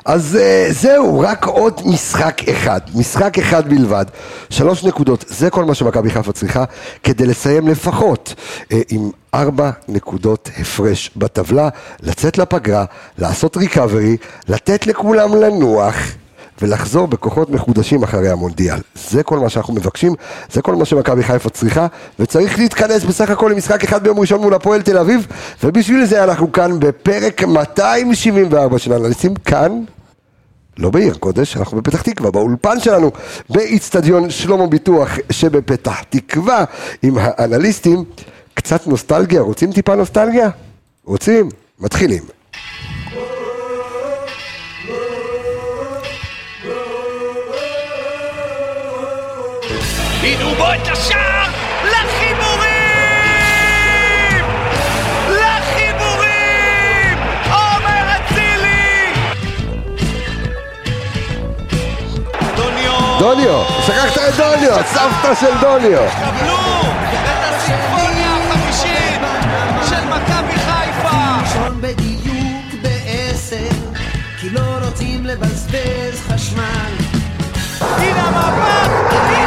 אז זהו, רק עוד משחק אחד בלבד, 3 נקודות, זה כל מה שמכבי חיפה צריכה, כדי לסיים לפחות עם 4 נקודות הפרש בטבלה, לצאת לפגרה, לעשות ריקאברי, לתת לכולם לנוח, ולחזור בכוחות מחודשים אחרי המונדיאל. זה כל מה שאנחנו מבקשים, זה כל מה שמכבי חיפה צריכה, וצריך להתכנס בסך הכל למשחק אחד ביום ראשון מול הפועל תל אביב, ובשביל זה אנחנו כאן בפרק 274 של אנליסטים, כאן, לא בעיר קודש, אנחנו בפתח תקווה, באולפן שלנו, באצטדיון שלמה ביטוח שבפתח תקווה, עם האנליסטים, קצת נוסטלגיה, רוצים טיפה נוסטלגיה? רוצים? מתחילים. הנה בו את השער, לחיבורים, עומר אצילי. דוניו, שכחת את דוניו, סבתא של דוניו. קבלו את הסימפוניה ה-50 של מכבי חיפה. שון בדיוק ב-10, כי לא רוצים לבזבז חשמל. הנה המאבק,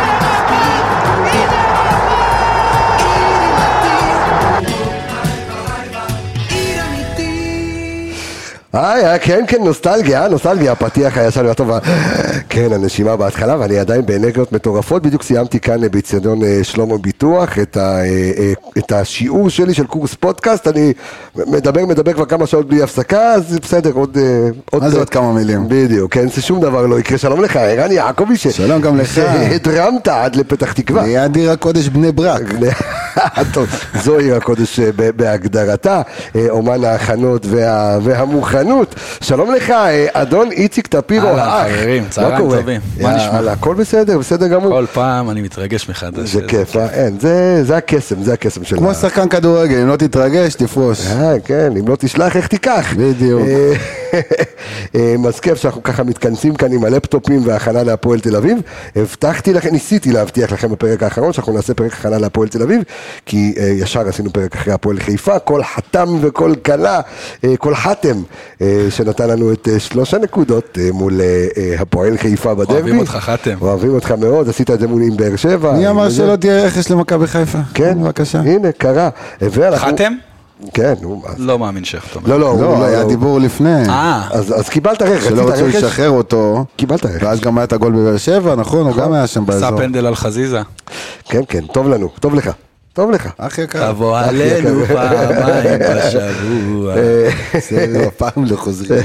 כן, נוסטלגיה, הפתיח היה שלו טוב, כן, הנשימה בהתחלה, ואני עדיין באנרגיות מטורפות, בדיוק סיימתי כאן באצטדיון שלמה ביטוח, את השיעור שלי של קורס פודקאסט, אני מדבר כבר כמה שעות בלי הפסקה, אז בסדר, עוד כמה מילים. בדיוק, כן, זה שום דבר לא יקרה, שלום לך, ערן יעקבי, שלום גם לך. שהדרמת עד לפתח תקווה. ליד עיר הקודש בני ברק. טוב, זו עיר הקודש בהגדרתה, אומן ההכנות והמוכנות. שלום לך, אדון איציק טפירו האח. חברים, צהריים טובים. מה נשמע? הכל בסדר גמור. כל פעם אני מתרגש מחדש. זה כיף, אין, זה הקסם של... כמו שחקן כדורגל, אם לא תתרגש, תפרוש. כן, אם לא תשלח, איך תיקח? בדיוק. אז כיף שאנחנו ככה מתכנסים כאן עם הלפטופים וההכנה להפועל תל אביב. ניסיתי להבטיח לכם בפרק האחרון שאנחנו נעשה פרק הכנה להפועל תל אביב, כי ישר עשינו פרק אחרי הפועל חיפה, כל חתם וכל קלה, כל חתם שנתן לנו את 3 נקודות מול הפועל חיפה בדרבי. אוהבים אותך חתם. אוהבים אותך מאוד, עשית את זה מול עם באר שבע. מי אמר שלא תהיה רכש למכבי חיפה? כן, בבקשה. הנה, קרה. חתם? כן. לא מאמין שחתום. לא, היה דיבור לפני. אז קיבלת רכש. שלא רצו לשחרר אותו. קיבלת רכש. ואז גם היה את הגול בבאר שבע, נכון? הוא גם היה שם באזור. עשה פנדל על חזיזה. כן, טוב לנו, טוב לך. אחי יקר. תבוא עלינו פעמיים בשבוע. זה פעם לא חוזרים.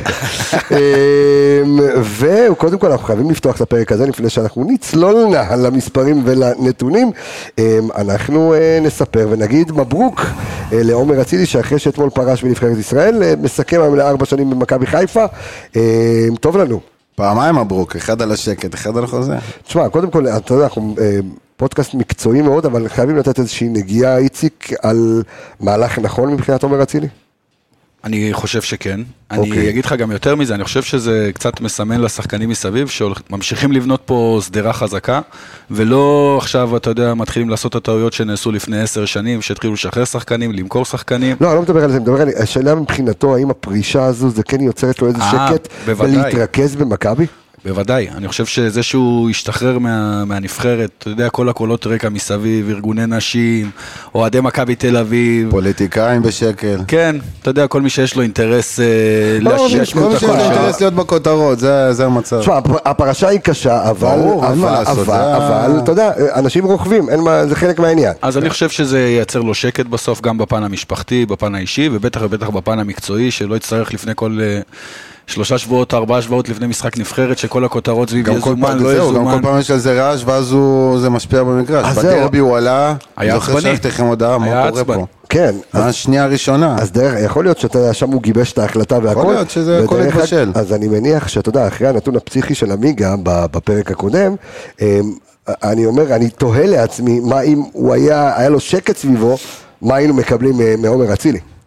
וקודם כל אנחנו חייבים לפתוח את הפרק הזה לפני שאנחנו נצלול למספרים ולנתונים. אנחנו נספר ונגיד מברוק לעומר אצילי שאחרי שאתמול פרש בנבחרת ישראל, מסכם היום ל4 שנים במכבי חיפה. טוב לנו. פעמיים מברוק, אחד על השקט, אחד על החוזה. תשמע, קודם כל, אתה יודע, אנחנו פודקאסט מקצועי מאוד, אבל חייבים לתת איזושהי נגיעה, איציק, על מהלך נכון מבחינת עומר אצילי? אני חושב שכן. אני אגיד לך גם יותר מזה, אני חושב שזה קצת מסמן לשחקנים מסביב, שממשיכים לבנות פה סדרה חזקה, ולא עכשיו, אתה יודע, מתחילים לעשות את הטעויות שנעשו לפני 10 שנים, שהתחילו לשחרר שחקנים, למכור שחקנים. לא, אני לא מדבר על זה, אני מדבר על השאלה מבחינתו, האם הפרישה הזו, זה כן יוצרת לו איזה שקט, ולהתרכז במכבי? בוודאי, אני חושב שזה שהוא ישתחרר מהנבחרת, אתה יודע, כל הקולות רקע מסביב, ארגוני נשים, אוהדי מכבי תל אביב. פוליטיקאים בשקל. כן, אתה יודע, כל מי שיש לו אינטרס להשמיע כל מי שיש לו אינטרס להיות בכותרות, זה המצב. תשמע, הפרשה היא קשה, אבל, אתה יודע, אנשים רוכבים, זה חלק מהעניין. אז אני חושב שזה ייצר לו שקט בסוף, גם בפן המשפחתי, בפן האישי, ובטח בפן המקצועי, שלא יצטרך לפני כל 3 שבועות, 4 שבועות לפני משחק נבחרת, שכל הכותרות סביב יזומן, לא יזומן. גם כל פעם יש על זה רעש, ואז זה משפיע במגרש. בדרבי הוא עלה, זוכר שלחתי לכם הודעה, מה קורה פה? כן. השנייה הראשונה. אז יכול להיות שאתה שם הוא גיבש את ההחלטה והכל. יכול להיות שזה הכל התבשל. אז אני מניח שאתה יודע, אחרי הנתון הפסיכי של אמיגה, בפרק הקודם, אני תוהה לעצמי, מה אם הוא היה לו שקט סביבו, מה היינו מקבלים מעומר אצילי?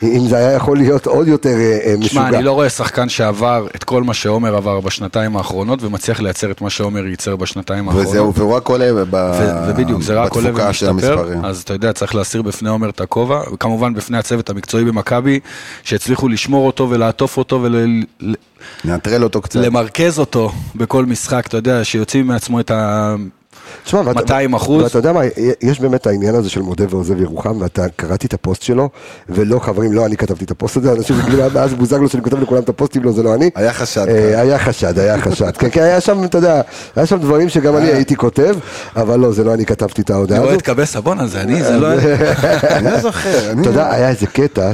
אם זה היה יכול להיות עוד יותר משוגע. שמע, אני לא רואה שחקן שעבר את כל מה שעומר עבר בשנתיים האחרונות, ומצליח לייצר את מה שעומר ייצר בשנתיים האחרונות. וזהו, והוא רק עולה ובדיוק, זה רק עולה ומשתפר, אז אתה יודע, צריך להסיר בפני עומר את הכובע, וכמובן בפני הצוות המקצועי במכבי, שהצליחו לשמור אותו ולעטוף אותו נטרל אותו קצת. למרכז אותו בכל משחק, אתה יודע, שיוצאים מעצמו את 200%. ואתה יודע מה, יש באמת העניין הזה של מודה ועוזב ירוחם, ואתה קראתי את הפוסט שלו, ולא חברים, לא אני כתבתי את הפוסט הזה, אנשים מאז בוזגלו שאני כותב לכולם את הפוסטים, לא, זה לא אני. היה חשד. היה חשד. כן, היה שם, אתה יודע, היה שם דברים שגם אני הייתי כותב, אבל לא, זה לא אני כתבתי את ההודעה הזו. אני רואה את קבס הבונה, זה אני, זה לא אני לא זוכר. אתה יודע, היה איזה קטע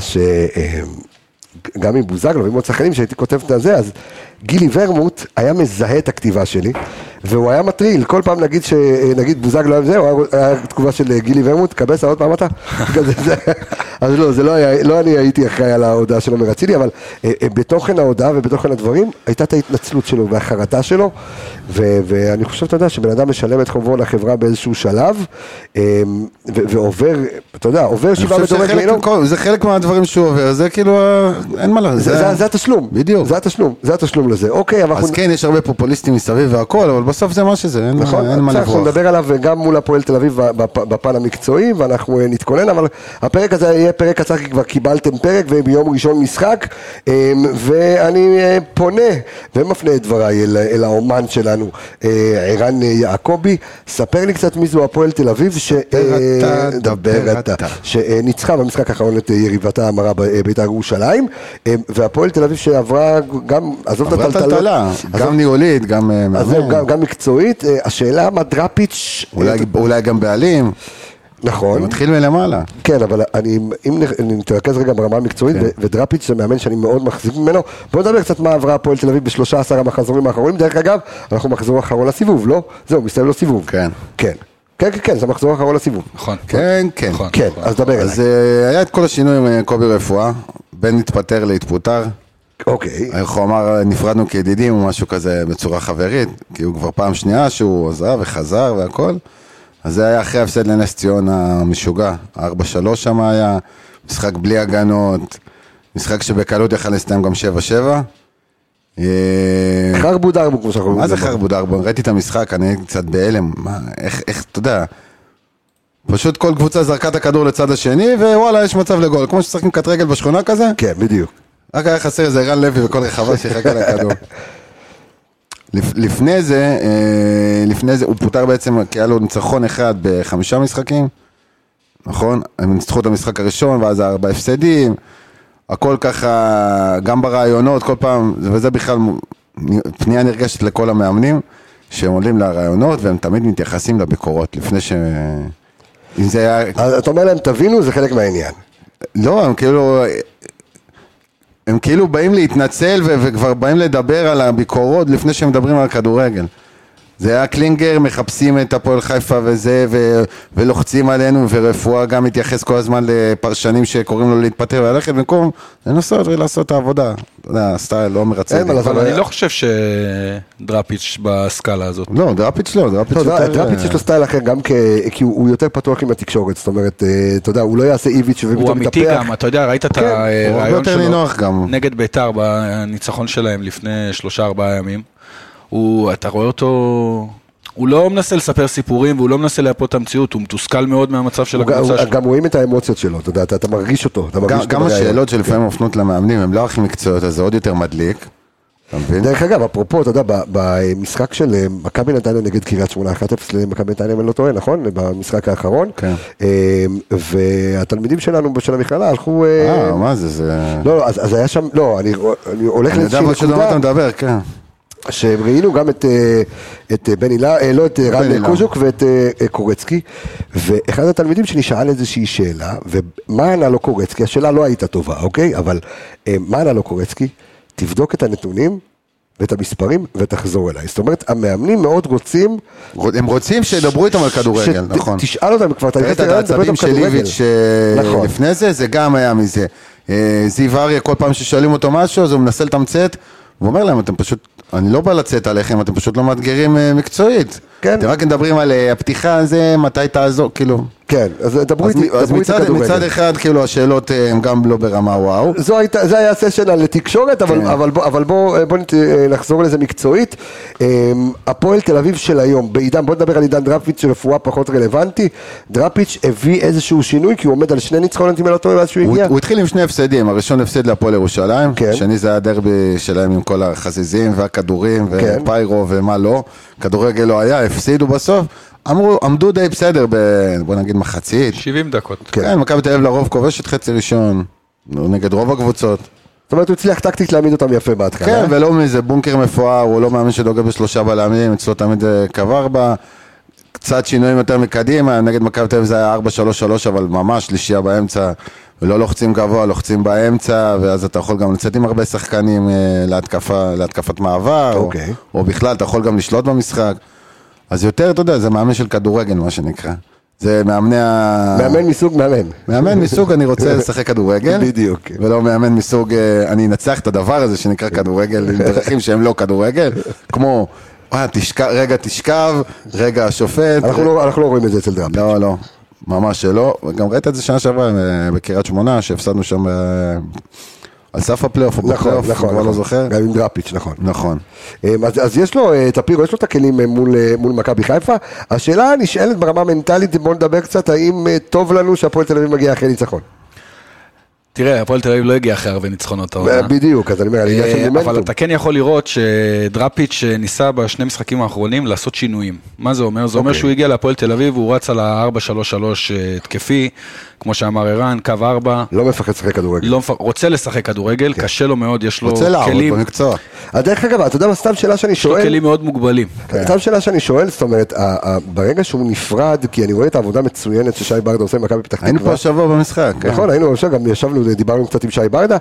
גם עם בוזגלו ועם עוד שחקנים שהייתי כותב את זה, אז גילי ורמוט היה מזהה את הכתיבה שלי, והוא היה מטריל, כל פעם נגיד בוזגלו היה זהו, היה תגובה של גילי ורמוט, קבס עוד פעם אתה? אז לא, זה לא אני הייתי אחראי על ההודעה שלו מרצילי, אבל בתוכן ההודעה ובתוכן הדברים, הייתה את ההתנצלות שלו והחרטה שלו, ואני חושב, אתה יודע, שבן אדם משלם את חובו לחברה באיזשהו שלב, ועובר, אתה יודע, עובר שבעה מדורג מינו. זה חלק מהדברים שהוא עובר, זה כאילו, אין מה לעשות. זה התשלום. בדיוק. זה התשלום לזה. אוקיי, אבל אז כן, יש הרבה פופוליסטים מסביב והכל, אבל בסוף זה מה שזה, אין מה לברוח. אנחנו נדבר עליו גם מול הפועל תל אביב בפן המקצועי, ואנחנו נתכונן, אבל הפרק הזה יהיה פרק קצר, כי כבר קיבלתם פרק, וביום ראשון משחק, ואני פונה ומפנה את דבריי אל האומן שלנו, ערן יעקובי. ספר לי קצת מי זו הפועל תל אביב, שניצחה במשחק האחרון את יריבתה המרה בבית"ר ירושלים, והפועל תל אביב שעברה גם, עזוב את הטלטלה, גם ניהולית, גם מקצועית. השאלה מה דראפיץ' אולי גם בעלים. נכון. זה מתחיל מלמעלה. כן, אבל אם נתרכז רגע ברמה המקצועית, ודראפיץ' זה מאמן שאני מאוד מחזיק ממנו, בואו נדבר קצת מה עברה הפועל תל אביב ב13 המחזורים האחרונים. דרך אגב, אנחנו מחזור האחרון לסיבוב, לא? זהו, מסתיים לו סיבוב. כן, זה מחזור האחרון לסיבוב. נכון. כן, אז דבר אליי. אז היה את כל השינוי עם קובי רפואה, בין להתפטר להתפוטר. אוקיי. הוא אמר, נפרדנו כידידים או משהו כזה בצורה חברית, כי הוא כבר פעם שנייה שהוא עזב וחזר והכל. אז זה היה אחרי הפסד לנס ציון המשוגע, 4-3 שם היה, משחק בלי הגנות, משחק שבקלות יכל להסתיים גם 7-7. חרבו דרבו כמו שאנחנו... מה זה חרבו דרבו? ראיתי את המשחק, אני הייתי קצת בהלם, איך, אתה יודע, פשוט כל קבוצה זרקה את הכדור לצד השני, ווואלה, יש מצב לגול, כמו ששחקים קט רגל בשכונה כזה. כן, בדיוק. רק היה חסר איזה ערן לוי וכל רחבה שיחקה לכדור. לפני זה הוא פוטר בעצם, כי היה לו ניצחון אחד ב5 משחקים, נכון? הם ניצחו את המשחק הראשון, ואז 4 הפסדים, הכל ככה, גם ברעיונות, כל פעם, וזה בכלל פנייה נרגשת לכל המאמנים, שהם עולים לרעיונות, והם תמיד מתייחסים לביקורות, לפני ש... אם זה היה... אתה אומר להם, תבינו, זה חלק מהעניין. לא, הם כאילו באים להתנצל וכבר באים לדבר על הביקורות לפני שהם מדברים על כדורגל. זה היה קלינגר, מחפשים את הפועל חיפה וזה, ולוחצים עלינו, ורפואה גם מתייחס כל הזמן לפרשנים שקוראים לו להתפטר וללכת, במקום לנסות ולעשות את העבודה. אתה יודע, הסטייל לא מרצה. אבל אני לא חושב שדראפיץ' בסקאלה הזאת. לא, דראפיץ' לא, דראפיץ' יש לו סטייל אחר, גם כי הוא יותר פתוח עם התקשורת, זאת אומרת, אתה יודע, הוא לא יעשה איביץ' הוא אמיתי גם, אתה יודע, ראית את הרעיון שלו נגד בית"ר בניצחון שלהם לפני 3-4 ימים. אתה רואה אותו, הוא לא מנסה לספר סיפורים, והוא לא מנסה להפות את המציאות, הוא מתוסכל מאוד מהמצב של הקבוצה שלו. גם רואים את האמוציות שלו, אתה יודע, אתה מרגיש אותו. גם השאלות שלפעמים מופנות למאמנים, הם לא הכי מקצועיות, אז זה עוד יותר מדליק. דרך אגב, אפרופו, אתה יודע, במשחק של מכבי נתניה נגד קריית שמונה, 1-0 למכבי נתניה, אני לא טועה, נכון? במשחק האחרון. והתלמידים שלנו של המכללה הלכו... מה זה? לא, אז היה שם, לא, אני הולך לאיזושהי נקודה. שהם ראינו גם את בן הילה, לא את רן קוז'וק ואת קורצקי, ואחד התלמידים שנשאל איזושהי שאלה, ומה ענה לו קורצקי? השאלה לא הייתה טובה, אוקיי? אבל מה ענה לו קורצקי? תבדוק את הנתונים ואת המספרים ותחזור אליי. זאת אומרת, המאמנים מאוד רוצים... הם רוצים שידברו איתם על כדורגל, נכון. תשאל אותם כבר, את העצבים של איביץ' לפני זה גם היה מזה. זיו אריה, כל פעם ששואלים אותו משהו, אז הוא מנסה לתמצת, והוא אומר להם, אתם פשוט, אני לא בא לצאת עליכם, אתם פשוט לא מאתגרים מקצועית. אתם רק מדברים על הפתיחה הזה, מתי תעזור, כאילו, כן, אז דברו איתי כדורגל. מצד אחד, כאילו, השאלות הן גם לא ברמה וואו. זה היה סשן על תקשורת, אבל בוא נחזור לזה מקצועית. הפועל תל אביב של היום, בעידן, בוא נדבר על עידן דראפיץ' שרפואה פחות רלוונטי. דראפיץ' הביא איזשהו שינוי, כי הוא עומד על 2 ניצחונות עם אלוטו מאז שהוא הגיע. הוא התחיל עם 2 הפסדים, הראשון הפסד להפועל ירושלים, השני זה הדרבי שלהם עם כל החזיזים והכדורים ופיירו ומה לא. כדורגל לא היה, הפסידו בסוף. עמדו די בסדר, בוא נגיד מחצית. 70 דקות. כן, מכבי תל אביב לרוב כובשת חצי ראשון, נגד רוב הקבוצות. זאת אומרת, הוא הצליח טקטית להעמיד אותם יפה בהתחלה. כן, ולא מזה, בונקר מפואר, הוא לא מאמין שדוגל ב3 בלמים, אצלו תמיד קו 4, קצת שינויים יותר מקדימה, נגד מכבי תל אביב זה היה 4-3-3, אבל ממש שלישייה באמצע, ולא לוחצים גבוה, לוחצים באמצע, ואז אתה יכול גם לצאת עם הרבה שחקנים להתקפת מעבר, או בכלל, אתה יכול גם לשלוט במשחק. אז יותר, אתה יודע, זה מאמן של כדורגל, מה שנקרא. זה מאמן מסוג מאמן. מאמן מסוג, אני רוצה לשחק כדורגל. בדיוק. ולא מאמן מסוג, אני אנצח את הדבר הזה שנקרא כדורגל, עם דרכים שהם לא כדורגל, כמו, רגע תשכב, רגע השופט. אנחנו לא רואים את זה אצל דראפיץ'. לא, ממש שלא. וגם ראית את זה שנה שעברה בקריית שמונה, שהפסדנו שם על סף הפלייאוף או בפלייאוף, כבר לא זוכר. גם עם דראפיץ', נכון. אז יש לו, טפירו, יש לו את הכלים מול מכבי חיפה. השאלה נשאלת ברמה מנטלית, בוא נדבר קצת, האם טוב לנו שהפועל תל אביב מגיע אחרי ניצחון? תראה, הפועל תל אביב לא הגיע אחרי הרבה ניצחונות העונה. בדיוק, אז אני אומר, עלייה של מומנטום. אבל אתה כן יכול לראות שדראפיץ' ניסה בשני משחקים האחרונים לעשות שינויים. מה זה אומר? זה אומר שהוא הגיע להפועל תל אביב, הוא רץ על ה-4-3-3 תקפי, כמו שאמר ערן, קו 4. לא מפחד לשחק כדורגל. רוצה לשחק כדורגל, קשה לו מאוד, יש לו כלים. רוצה לעבוד במקצוע. דרך אגב, אתה יודע מה, סתם שאלה שאני שואל. יש לו כלים מאוד מוגבלים. סתם שאלה שאני שואל, זאת אומרת, ברגע שהוא נפרד, כי אני רואה את העבודה מצוינת ששי ברדה עושה במכבי פתח תקווה. היינו פה השבוע במשחק. נכון, היינו עכשיו, גם ישבנו, דיברנו קצת עם שי ברדה.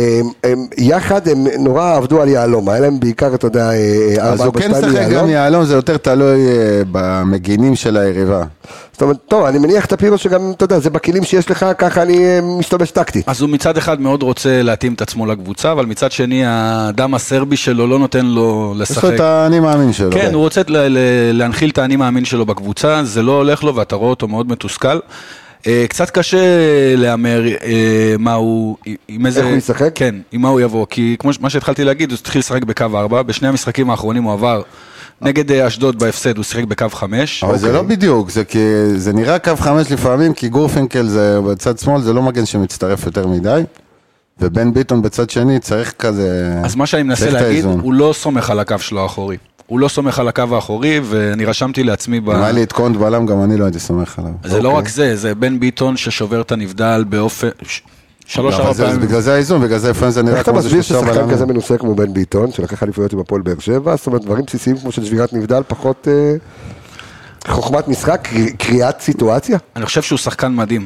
יחד הם נורא עבדו על יעלום, היה להם בעיקר, אתה יודע, 4-4-2 אז הוא כן שחק גם יעלום, זה יותר תלוי במגינים של היריבה. זאת אומרת, טוב, אני מניח את הפירו שגם, אתה יודע, זה בכלים שיש לך, ככה אני משתמש טקטית. אז הוא מצד אחד מאוד רוצה להתאים את עצמו לקבוצה, אבל מצד שני, האדם הסרבי שלו לא נותן לו לשחק. יש לו את האני מאמין שלו. כן, הוא רוצה להנחיל את האני מאמין שלו בקבוצה, זה לא הולך לו, ואתה רואה אותו מאוד מתוסכל. קצת קשה לאמר מה הוא, איך הוא ישחק? כן, עם מה הוא יבוא, כי כמו מה שהתחלתי להגיד, הוא התחיל לשחק בקו 4, בשני המשחקים האחרונים הוא עבר נגד אשדוד בהפסד, הוא שיחק בקו 5. אבל זה לא בדיוק, זה נראה קו 5 לפעמים, כי גורפינקל זה בצד שמאל, זה לא מגן שמצטרף יותר מדי, ובן ביטון בצד שני צריך כזה... אז מה שאני מנסה להגיד, הוא לא סומך על הקו שלו האחורי. הוא לא סומך על הקו האחורי, ואני רשמתי לעצמי... אם היה לי את קונט בעלם, גם אני לא הייתי סומך עליו. זה לא רק זה, זה בן ביטון ששובר את הנבדל באופן... 3-4 פעמים. בגלל זה האיזון, בגלל זה לפעמים זה נראה כמו זה 3 בלמים. איך אתה מסביר ששחקן כזה מנוסה כמו בן ביטון, שלקח אליפויות עם הפועל באר שבע, זאת אומרת, דברים בסיסיים כמו של שבירת נבדל, פחות חוכמת משחק, קריאת סיטואציה? אני חושב שהוא שחקן מדהים.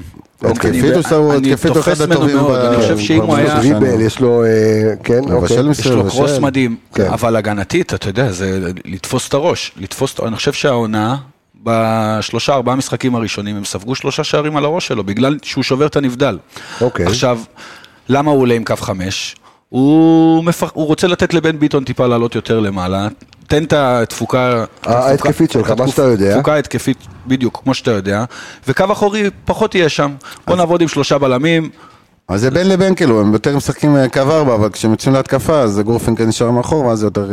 אני תופס ממנו מאוד, אני חושב שאם הוא היה... יש לו, כן, יש לו קרוס מדהים, אבל הגנתית, אתה יודע, זה לתפוס את הראש. אני חושב שהעונה... ב3-4 משחקים הראשונים הם ספגו 3 שערים על הראש שלו, בגלל שהוא שובר את הנבדל. עכשיו, למה הוא עולה עם קו 5? הוא רוצה לתת לבן ביטון טיפה לעלות יותר למעלה, תן את התפוקה... ההתקפית שלך, מה שאתה יודע. תפוקה התקפית, בדיוק, כמו שאתה יודע, וקו אחורי פחות יהיה שם. בוא נעבוד עם 3 בלמים. אז זה בין לבין כאילו, הם יותר משחקים קו 4, אבל כשהם יוצאים להתקפה, אז גורפינקל נשאר מאחור, ואז זה יותר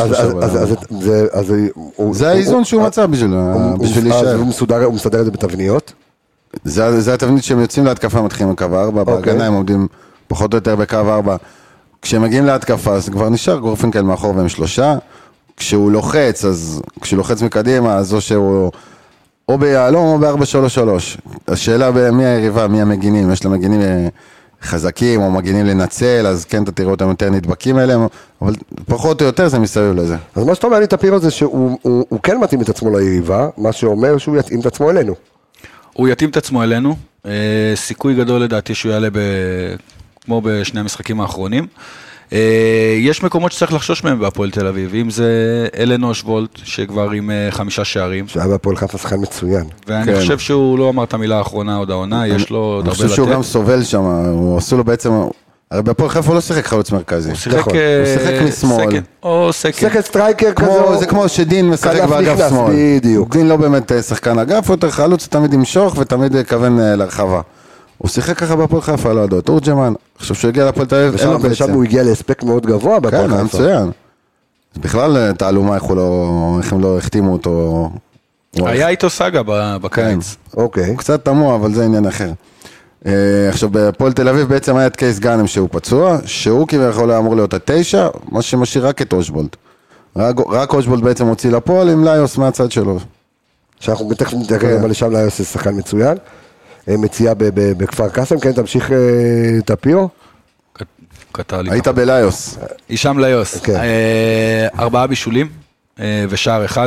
3. זה האיזון שהוא מצא בשביל להישאר. הוא מסדר את זה בתבניות? זה התבנית שהם יוצאים להתקפה, מתחילים בקו 4, בהגנה הם עומדים פחות או יותר בקו 4. כשהם מגיעים להתקפה, אז כבר נשאר גורפינקל מאחור והם 3. כשהוא לוחץ, אז כשהוא לוחץ מקדימה, אז או שהוא... או ביעלום או ב-4-3-3. השאלה מי היריבה, מי המגינים, יש לה מגינים חזקים או מגינים לנצל, אז כן אתה תראו אותם יותר נדבקים אליהם, אבל פחות או יותר זה מסביב לזה. אז מה שאתה אומר לי טפירו זה שהוא כן מתאים את עצמו ליריבה, מה שאומר שהוא יתאים את עצמו אלינו. הוא יתאים את עצמו אלינו, סיכוי גדול לדעתי שהוא יעלה כמו בשני המשחקים האחרונים. יש מקומות שצריך לחשוש מהם בהפועל תל אביב, אם זה אלן אושוולט, שכבר עם 5 שערים. שהיה בהפועל חיפה שחקן מצוין. ואני חושב שהוא לא אמר את המילה האחרונה עוד העונה, יש לו עוד הרבה לתת. אני חושב שהוא גם סובל שם, הוא עשו לו בעצם, הרי בהפועל חיפה הוא לא שיחק חלוץ מרכזי. הוא שיחק הוא שיחק משמאל. סקנד, או סקנד. סקנד סטרייקר כזה. זה כמו שדין משחק אגף באגף נכנס, שמאל. בדיוק. דין לא באמת שחקן אגף, הוא יותר חלוץ, תמיד ימשוך ותמיד יכוון להרחבה. הוא שיחק ככה בהפועל חיפה, לא יודע, תורג'מן, עכשיו שהוא הגיע להפועל תל אביב, אין לו בעצם. ושם הוא הגיע להספק מאוד גבוה בהפועל כן, חיפה. מצוין. בכלל תעלומה איך הם לא החתימו אותו. היה איתו סגה בקיץ. אוקיי. הוא קצת תמוה, אבל זה עניין אחר. עכשיו, בהפועל תל אביב בעצם היה את קייס גאנם שהוא פצוע, שהוא כביכול היה אמור להיות 9, מה שמשאיר רק את אושבולד. רק אושבולד בעצם הוציא לפועל עם ליוס מהצד שלו. שאנחנו תכף נתקדם אבל לשם ליוס זה שחקן מצוין. מציאה בכפר קאסם, כן, תמשיך טפיו. קטע לי. היית בליוס. הישאם ליוס. כן. 4 בישולים ושער אחד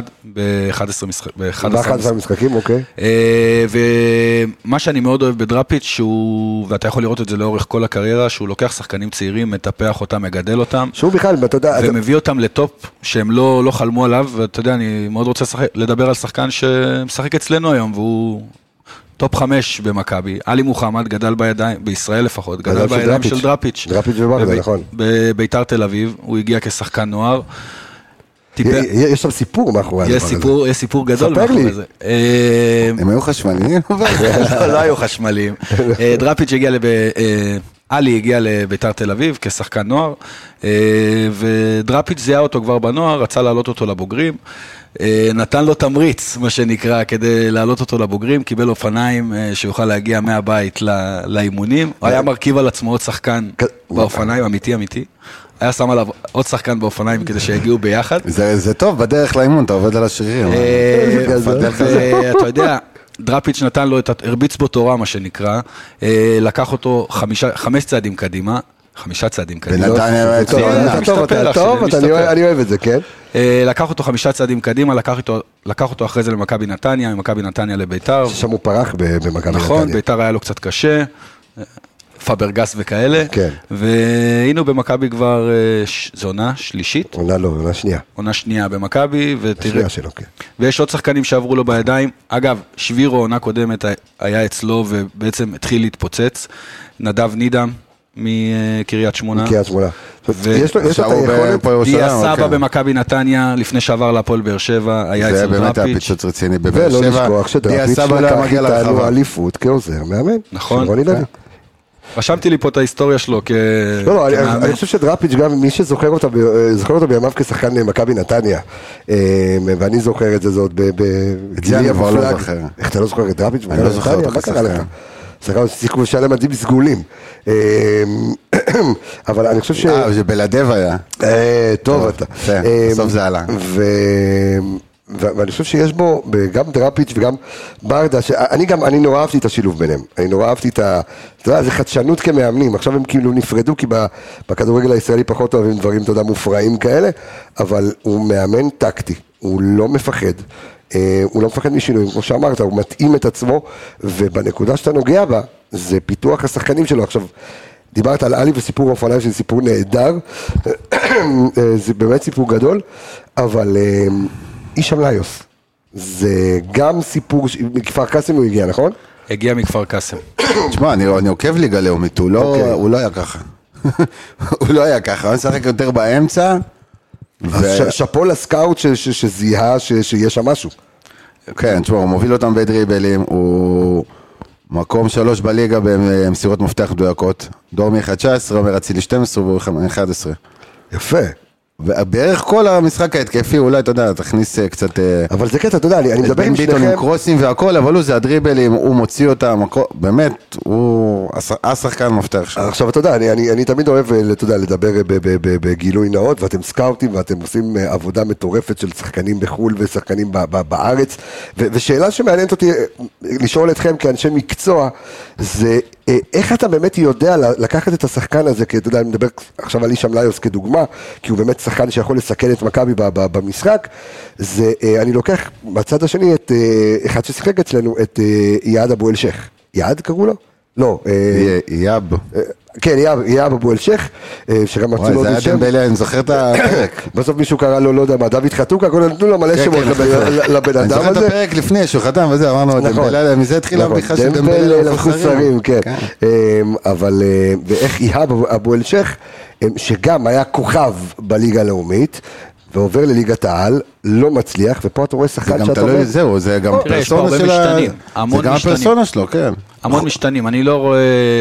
ב-11 משחקים, אוקיי. ומה שאני מאוד אוהב בדראפיץ' ואתה יכול לראות את זה לאורך כל הקריירה, שהוא לוקח שחקנים צעירים, מטפח אותם, מגדל אותם. שהוא בכלל, אתה יודע... ומביא אותם לטופ שהם לא חלמו עליו, ואתה יודע, אני מאוד רוצה לדבר על שחקן שמשחק אצלנו היום, והוא... טופ 5 במכבי, עלי מוחמד גדל בידיים, בישראל לפחות, גדל בידיים של דראפיץ'. דראפיץ' וברדה, נכון. בביתר תל אביב, הוא הגיע כשחקן נוער. יש שם סיפור מאחורי זה. יש סיפור גדול מאחורי זה. הם היו חשמליים? לא היו חשמליים. דראפיץ' עלי הגיע לביתר תל אביב כשחקן נוער, ודראפיץ' זיהה אותו כבר בנוער, רצה להעלות אותו לבוגרים, נתן לו תמריץ, מה שנקרא, כדי להעלות אותו לבוגרים, קיבל אופניים שיוכל להגיע מהבית לאימונים, הוא היה מרכיב על עצמו עוד שחקן באופניים, אמיתי, היה שם עליו עוד שחקן באופניים כדי שיגיעו ביחד. זה טוב, בדרך לאימון, אתה עובד על השרירים. אתה יודע, דראפיץ' נתן לו, הרביץ בו תורה, מה שנקרא, לקח אותו 5 צעדים קדימה, 5 צעדים קדימה. בנתניה, טוב, אני אוהב את זה, כן? לקח אותו 5 צעדים קדימה, לקח אותו אחרי זה למכבי נתניה, ממכבי נתניה לביתר. ששם הוא פרח במכבי נתניה. נכון, ביתר היה לו קצת קשה, פאברגס וכאלה. כן. והיינו במכבי כבר, זו עונה שלישית? עונה שנייה. עונה שנייה במכבי, השנייה שלו, כן. ויש עוד שחקנים שעברו לו בידיים. אגב, שבירו עונה קודמת היה אצלו ובעצם התחיל להתפוצץ. נדב נידם מקריית שמונה. יש לו את היכולת. דיה סבא במכבי נתניה, לפני שעבר להפועל באר שבע, היה אצל דראפיץ'. זה באמת היה פיצוץ רציני בבאר שבע. ולא לשכוח שדראפיץ' לקח איתנו אליפות כעוזר מאמן. נכון. רשמתי לי פה את ההיסטוריה שלו לא, אני חושב שדראפיץ' גם מי שזוכר אותו בימיו כשחקן מכבי נתניה, ואני זוכר את זה עוד בגילוי המפלג. איך אתה לא זוכר את דראפיץ'? אני לא זוכר אותו כשחקן. שחקן סיכוי שהיה מדהים סגולים. אבל אני חושב ש... זה בלעדיו היה. טוב אתה. בסוף זה עלה. ואני חושב שיש בו גם דראפיץ' וגם ברדה, אני נורא אהבתי את השילוב ביניהם, אני נורא אהבתי את זה חדשנות כמאמנים, עכשיו הם כאילו נפרדו, כי בכדורגל הישראלי פחות אוהבים דברים, אתה יודע, מופרעים כאלה, אבל הוא מאמן טקטי, הוא לא מפחד, הוא לא מפחד משינויים, כמו שאמרת, הוא מתאים את עצמו, ובנקודה שאתה נוגע בה, זה פיתוח השחקנים שלו. עכשיו, דיברת על עלי וסיפור האופניים, שזה סיפור נהדר, זה באמת סיפור גדול, אבל הישאם ליוס, זה גם סיפור, מכפר קאסם הוא הגיע, נכון? הגיע מכפר קאסם. תשמע, אני עוקב ליגה לאומית, הוא לא היה ככה. הוא לא היה ככה, הוא משחק יותר באמצע. שפו לסקאוט שזיהה שיש שם משהו. כן, תשמע, הוא מוביל אותם בדריבלים, הוא מקום 3 בליגה במסירות מפתח מדויקות. דורמי 19, אומר אצילי 12 והוא 11. יפה. ובערך כל המשחק ההתקפי, אולי, אתה יודע, תכניס קצת... אבל זה קטע, אתה יודע, אני מדבר עם שניכם... ביטון עם קרוסים והכל, אבל הוא זה הדריבלים, הוא מוציא אותם, באמת, הוא השחקן מפתח שלו. עכשיו, אתה יודע, אני תמיד אוהב, אתה יודע, לדבר בגילוי נאות, ואתם סקאוטים, ואתם עושים עבודה מטורפת של שחקנים בחול ושחקנים בארץ, ושאלה שמעניינת אותי לשאול אתכם כאנשי מקצוע, זה איך אתה באמת יודע לקחת את השחקן הזה, כי אתה יודע, אני מדבר עכשיו על הישאם ליוס כדוגמה, כי הוא באמת שחקן שיכול לסכן את מכבי במשחק, זה, אני לוקח בצד השני את אחד ששיחק אצלנו, את יעד אבו אל שייח. יעד קראו לו? לא. יעב. כן, יהיה אבו אלשייך, שגם רצו לו זה היה דמבלה, אני זוכר את הפרק. בסוף מישהו קרא לו, לא יודע מה, דוד חתוקה, כל נתנו לו מלא שמות לבן אדם הזה. אני זוכר את הפרק לפני, שהוא חתם וזה, אמרנו, דמבלה, מזה התחילה הבדיחה של דמבלה למחוסרים, כן. אבל, ואיך יהיה אבו אלשייך, שגם היה כוכב בליגה הלאומית, ועובר לליגת העל, לא מצליח, ופה אתה רואה שחקן שאתה אומר... זהו, זה גם פרסונה של זה גם הפרסונה שלו, כן. המון משתנים, אני לא רואה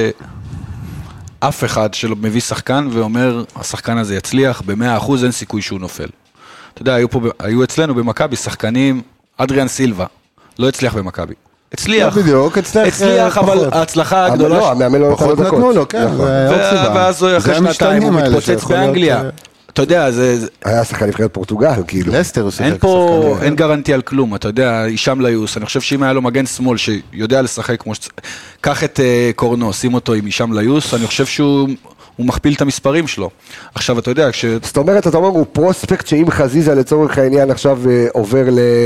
אף אחד שלא מביא שחקן ואומר, השחקן הזה יצליח, ב100% אין סיכוי שהוא נופל. אתה יודע, היו אצלנו במכבי שחקנים, אדריאן סילבה, לא הצליח במכבי. הצליח, אבל ההצלחה הגדולה... לא, המאמן לא פחות נתנו לו, כן. ואז אחרי שנתיים הוא מתפוצץ באנגליה. אתה יודע, זה... היה שחקן נבחרת פורטוגל, כאילו. לסטר אין פה, אין גרנטי על כלום, אתה יודע, הישאם ליוס, אני חושב שאם היה לו מגן שמאל שיודע לשחק כמו קח את קורנו, שים אותו עם הישאם ליוס, אני חושב שהוא מכפיל את המספרים שלו. עכשיו, אתה יודע, זאת אומרת, אתה אומר, הוא פרוספקט שאם חזיזה לצורך העניין עכשיו עובר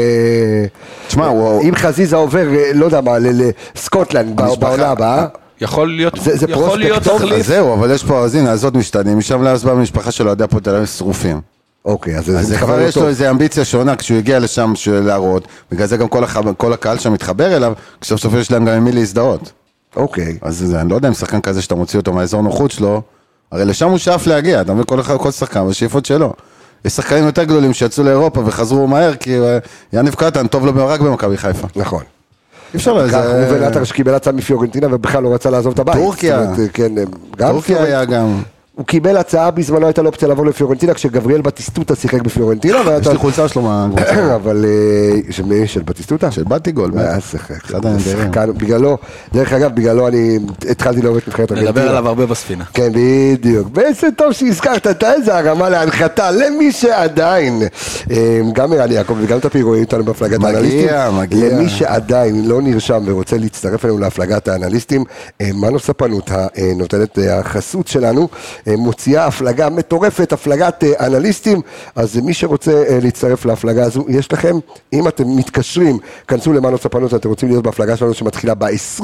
תשמע, אם חזיזה עובר, לא יודע מה, לסקוטלנד בעונה הבאה, יכול להיות תחליף. זהו, אבל יש פה, אז הנה, אז עוד משתנים, משם להסבא במשפחה שלו, יודע פה תל אביב שרופים. אוקיי, אז כבר יש לו איזו אמביציה שונה, כשהוא הגיע לשם להראות, בגלל זה גם כל הקהל שם מתחבר אליו, כשסוף סוף יש להם גם עם מי להזדהות. אוקיי. אז אני לא יודע אם שחקן כזה שאתה מוציא אותו מהאזור נוחות שלו, הרי לשם הוא שאף להגיע, אתה מבין כל שחקן, בשאיפות שלו. יש שחקנים יותר גדולים שיצאו לאירופה וחזרו מהר, כי יניב קטן טוב לו רק במכבי חיפה. נכון. אי אפשר לזה... הוא ונטר שקיבל הצעה מפיורנטינה ובכלל לא רצה לעזוב את הבית. טורקיה. טורקיה היה גם... הוא קיבל הצעה, בזמנו הייתה לו אופציה לעבור לפיורנטינה, כשגבריאל בטיסטוטה שיחק בפיורנטינה. יש לי חולצה שלו מהקבוצה. אבל... של בטיסטוטה? של בטיגול. אחד הנדרים. בגללו, דרך אגב, בגללו אני התחלתי להוריד מבחינת ארגנטינה. נדבר עליו הרבה בספינה. כן, בדיוק. באיזה טוב שהזכרת, אתה איזה הרמה להנחתה, למי שעדיין, גם מרני יעקב וגם את הפירואים אותנו בהפלגת האנליסטים. מגיע. למי שעדיין לא נרשם ורוצה להצטרף אלינו להפלגת האנליסטים, מנו ספנות נותנת החסות שלנו, מוציאה הפלגה מטורפת, הפלגת אנליסטים, אז מי שרוצה להצטרף להפלגה הזו, יש לכם, אם אתם מתקשרים, כנסו למנו ספנות, אתם רוצים להיות בהפלגה שלנו שמתחילה ב-20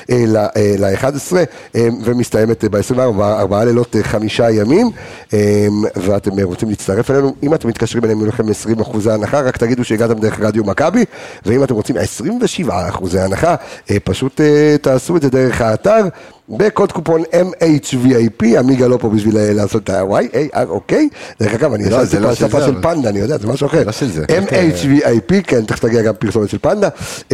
ל-11 ומסתיימת ב-24, 4 לילות 5 ימים, ואתם רוצים להצטרף אלינו, אם אתם מתקשרים אלינו, יהיו לכם 20% הנחה, רק תגידו שהגעתם דרך רדיו מכבי, ואם אתם רוצים 27% הנחה, פשוט תעשו את זה דרך האתר, בקוד קופון MHVIP, עמיגה לא פה בשביל לעשות את ה-YAR, אוקיי? דרך אגב, אני ישבתי פה על שפה של פנדה, אני יודע, זה משהו אחר. MHVIP, כן, תכף תגיע גם פרסומת של פנדה.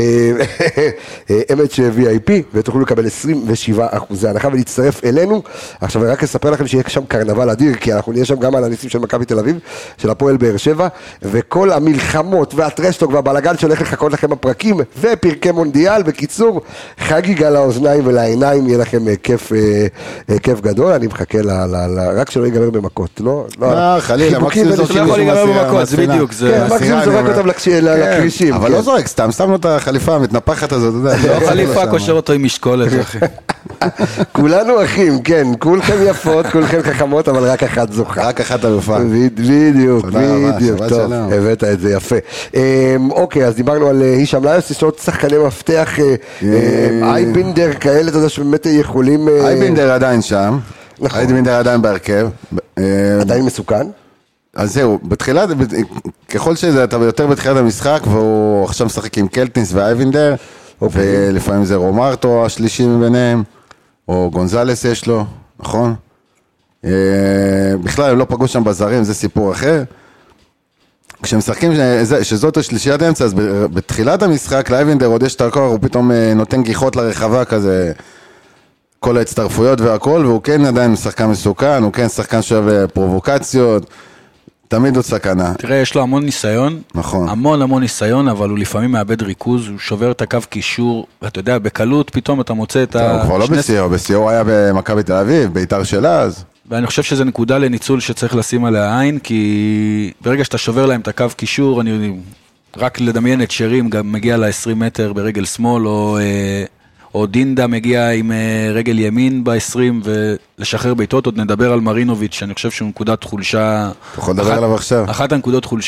MHVIP, ותוכלו לקבל 27% הנחה ולהצטרף אלינו. עכשיו, אני רק אספר לכם שיהיה שם קרנבל אדיר, כי אנחנו נהיה שם גם אנליסטים של מכבי תל אביב, של הפועל באר שבע, וכל המלחמות והטרשטוק והבלגן שהולך לחכות לכם בפרקים, ופרקי מונדיאל, בקיצור, חגיגה לאוזניים ולעיניים, יהיה לכם כיף גדול, אני מחכה רק שלא ייגמר במכות, לא? חלילה, מקסימום לא יכול להיגמר במכות, זה בדיוק, כן, מקסימום זורק אותם לכרישים. אבל לא זורק, סתם שמנו את החליפה המתנפחת הזאת, לא חליפה, קושר אותו עם משקולת, אחי. כולנו אחים, כן, כולכם יפות, כולכם חכמות, אבל רק אחת זוכה. רק אחת אלופה. בדיוק, טוב, הבאת את זה יפה. אוקיי, אז דיברנו על הישאם ליוס, יש עוד שחקני מפתח, אייבינדר כאלה, אתה יודע שבאמת יכולים... אייבינדר עדיין שם, אייבינדר עדיין בהרכב. עדיין מסוכן? אז זהו, בתחילת, ככל שאתה יותר בתחילת המשחק, והוא עכשיו משחק עם קלטינס ואייבינדר, ולפעמים זה רומרטו השלישי מביניהם, או גונזלס יש לו, נכון? בכלל הם לא פגעו שם בזרים, זה סיפור אחר. כשמשחקים שזאת השלישיית אמצע, אז בתחילת המשחק לאייבינדר עוד יש את הקור, הוא פתאום נותן גיחות לרחבה כזה, כל ההצטרפויות והכל, והוא כן עדיין שחקן מסוכן, הוא כן שחקן שווה פרובוקציות, תמיד עוד סכנה. תראה, יש לו המון ניסיון, נכון. המון ניסיון, אבל הוא לפעמים מאבד ריכוז, הוא שובר את הקו קישור, ואתה יודע, בקלות פתאום אתה מוצא את הוא כבר לא בסיור, בסיור היה במכבי תל אביב, בית"ר של אז. ואני חושב שזה נקודה לניצול שצריך לשים עליה עין, כי ברגע שאתה שובר להם את הקו קישור, אני רק לדמיין את שרים, גם מגיע ל-20 מטר ברגל שמאל, או דינדה מגיע עם רגל ימין ב-20 ולשחרר ביתות. עוד נדבר על מרינוביץ', שאני חושב שהוא נקודת חולשה, אתה יכול לדבר עליו עכשיו. אחת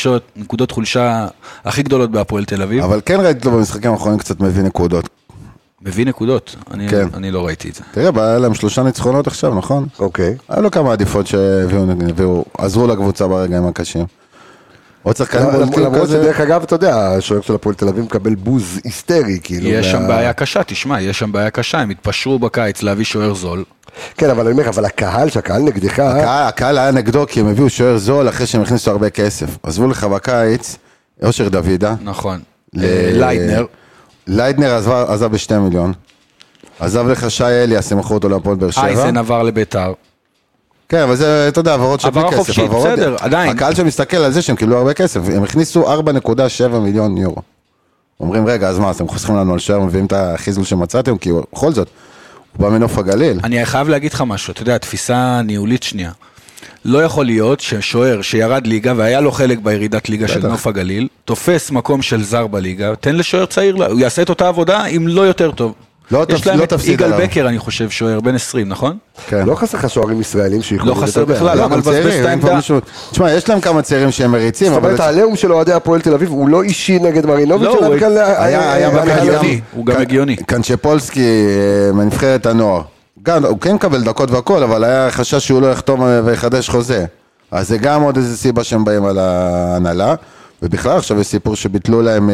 נקודות חולשה הכי גדולות בהפועל תל אביב. אבל כן ראיתי לו במשחקים האחרונים קצת מביא נקודות. מביא נקודות, כן. אני לא ראיתי את זה. תראה, היה להם 3 ניצחונות עכשיו, נכון? אוקיי. היה לו כמה עדיפות שהביאו, עזרו לקבוצה ברגעים הקשים. עוד שחקנים בולטים למרות כזה. שדרך אגב, אתה יודע, השוער של הפועל תל אביב מקבל בוז היסטרי, כאילו. יש שם בעיה קשה, תשמע, יש שם בעיה קשה, הם התפשרו בקיץ להביא שוער זול. כן, אבל אני אומר, אבל הקהל, שהקהל נגדך... הקהל היה נגדו כי הם הביאו שוער זול אחרי שהם הכניסו הרבה כסף. עזבו לך בקיץ, אושר דוידה. נכון. ליידנר. ליידנר עזב ב2 מיליון. עזב לך שי אליאס, הם מכרו אותו להפועל באר שבע. אייזן עבר לביתר. כן, אבל זה, אתה יודע, עברות שבלי עברה כסף. חופשית, בסדר, עדיין. הקהל שמסתכל על זה שהם קיבלו הרבה כסף, הם הכניסו 4.7 מיליון יורו. אומרים, רגע, אז מה, אתם חוסכים לנו על שוער, מביאים את החיזול שמצאתם, כי בכל זאת, הוא בא מנוף הגליל. אני חייב להגיד לך משהו, אתה יודע, תפיסה ניהולית שנייה. לא יכול להיות ששוער שירד ליגה, והיה לו חלק בירידת ליגה של נוף הגליל, תופס מקום של זר בליגה, תן לשוער צעיר, הוא יעשה את אותה עבודה, אם לא יותר טוב. יש להם את יגאל בקר, אני חושב, שוער בן 20, נכון? לא חסר לך שוערים ישראלים שיכולים... לא חסר בכלל, למה לבזבז את העמדה? תשמע, יש להם כמה צעירים שהם מריצים, זאת אומרת, העליהום של אוהדי הפועל תל אביב הוא לא אישי נגד מרינוביץ', הוא גם הגיוני. קנצ'פולסקי מנבחרת הנוער, הוא כן מקבל דקות והכל, אבל היה חשש שהוא לא יחתום ויחדש חוזה, אז זה גם עוד איזה סיבה שהם באים על ההנהלה, ובכלל עכשיו יש סיפור שביטלו להם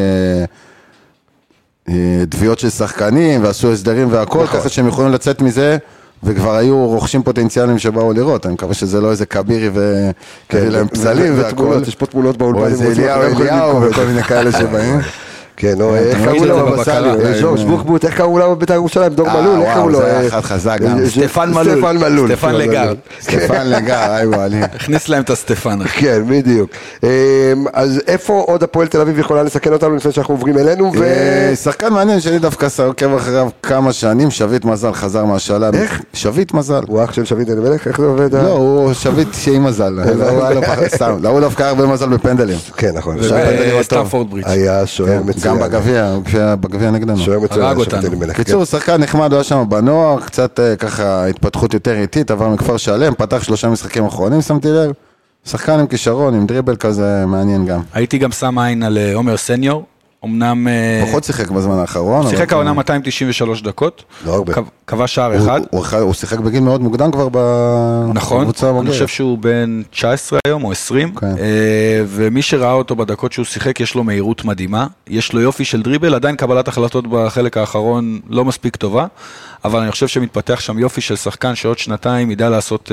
דביות של שחקנים ועשו הסדרים והכל, ככה שהם יכולים לצאת מזה, וכבר היו רוכשים פוטנציאליים שבאו לראות, אני מקווה שזה לא איזה קבירי וכאלה להם פסלים והכל, יש פה תמונות באולפנים, או איזה אליהו וכל מיני כאלה שבאים. כן, איך קראו לו בבסלי, ז'ורש בוחבוט, איך קראו לו בבית"ר ירושלים, דור מלול, איך קראו לו? זה היה אחד חזק גם. סטפן מלול. סטפן לגר. סטפן לגר, היי וואלי. הכניס להם את הסטפן. כן, בדיוק. אז איפה עוד הפועל תל אביב יכולה לסכן אותנו לפני שאנחנו עוברים אלינו? שחקן מעניין שאני דווקא עוקב אחריו כמה שנים, שביט מזל חזר מהשלב. איך? שביט מזל. הוא אח של שביט אלימלך, איך זה עובד? לא, הוא שביט שיהיה מזל. הוא דווקא הרבה מזל בפנדלים. כן, נכון. סטמפורד ברידג'. היה שוער מצוין. גם בגביע נגדנו. הרג אותנו. קיצור, שחקן נחמד, הוא היה שם בנוער, קצת ככה התפתחות יותר איטית, עבר מכפר שלם, פתח 3 משחקים אחרונים, שמתי לב. שחקן עם כישרון, עם דריבל כזה מעניין גם. הייתי גם שם עין על עומר סניור, אמנם... פחות שיחק בזמן האחרון. שיחק העונה 293 דקות. לא הרבה. קבע שער אחד. הוא שיחק בגיל מאוד מוקדם כבר בקבוצה הבוגרת. אני חושב שהוא בן 19 היום או 20, ומי שראה אותו בדקות שהוא שיחק, יש לו מהירות מדהימה, יש לו יופי של דריבל, עדיין קבלת החלטות בחלק האחרון לא מספיק טובה, אבל אני חושב שמתפתח שם יופי של שחקן שעוד שנתיים ידע לעשות...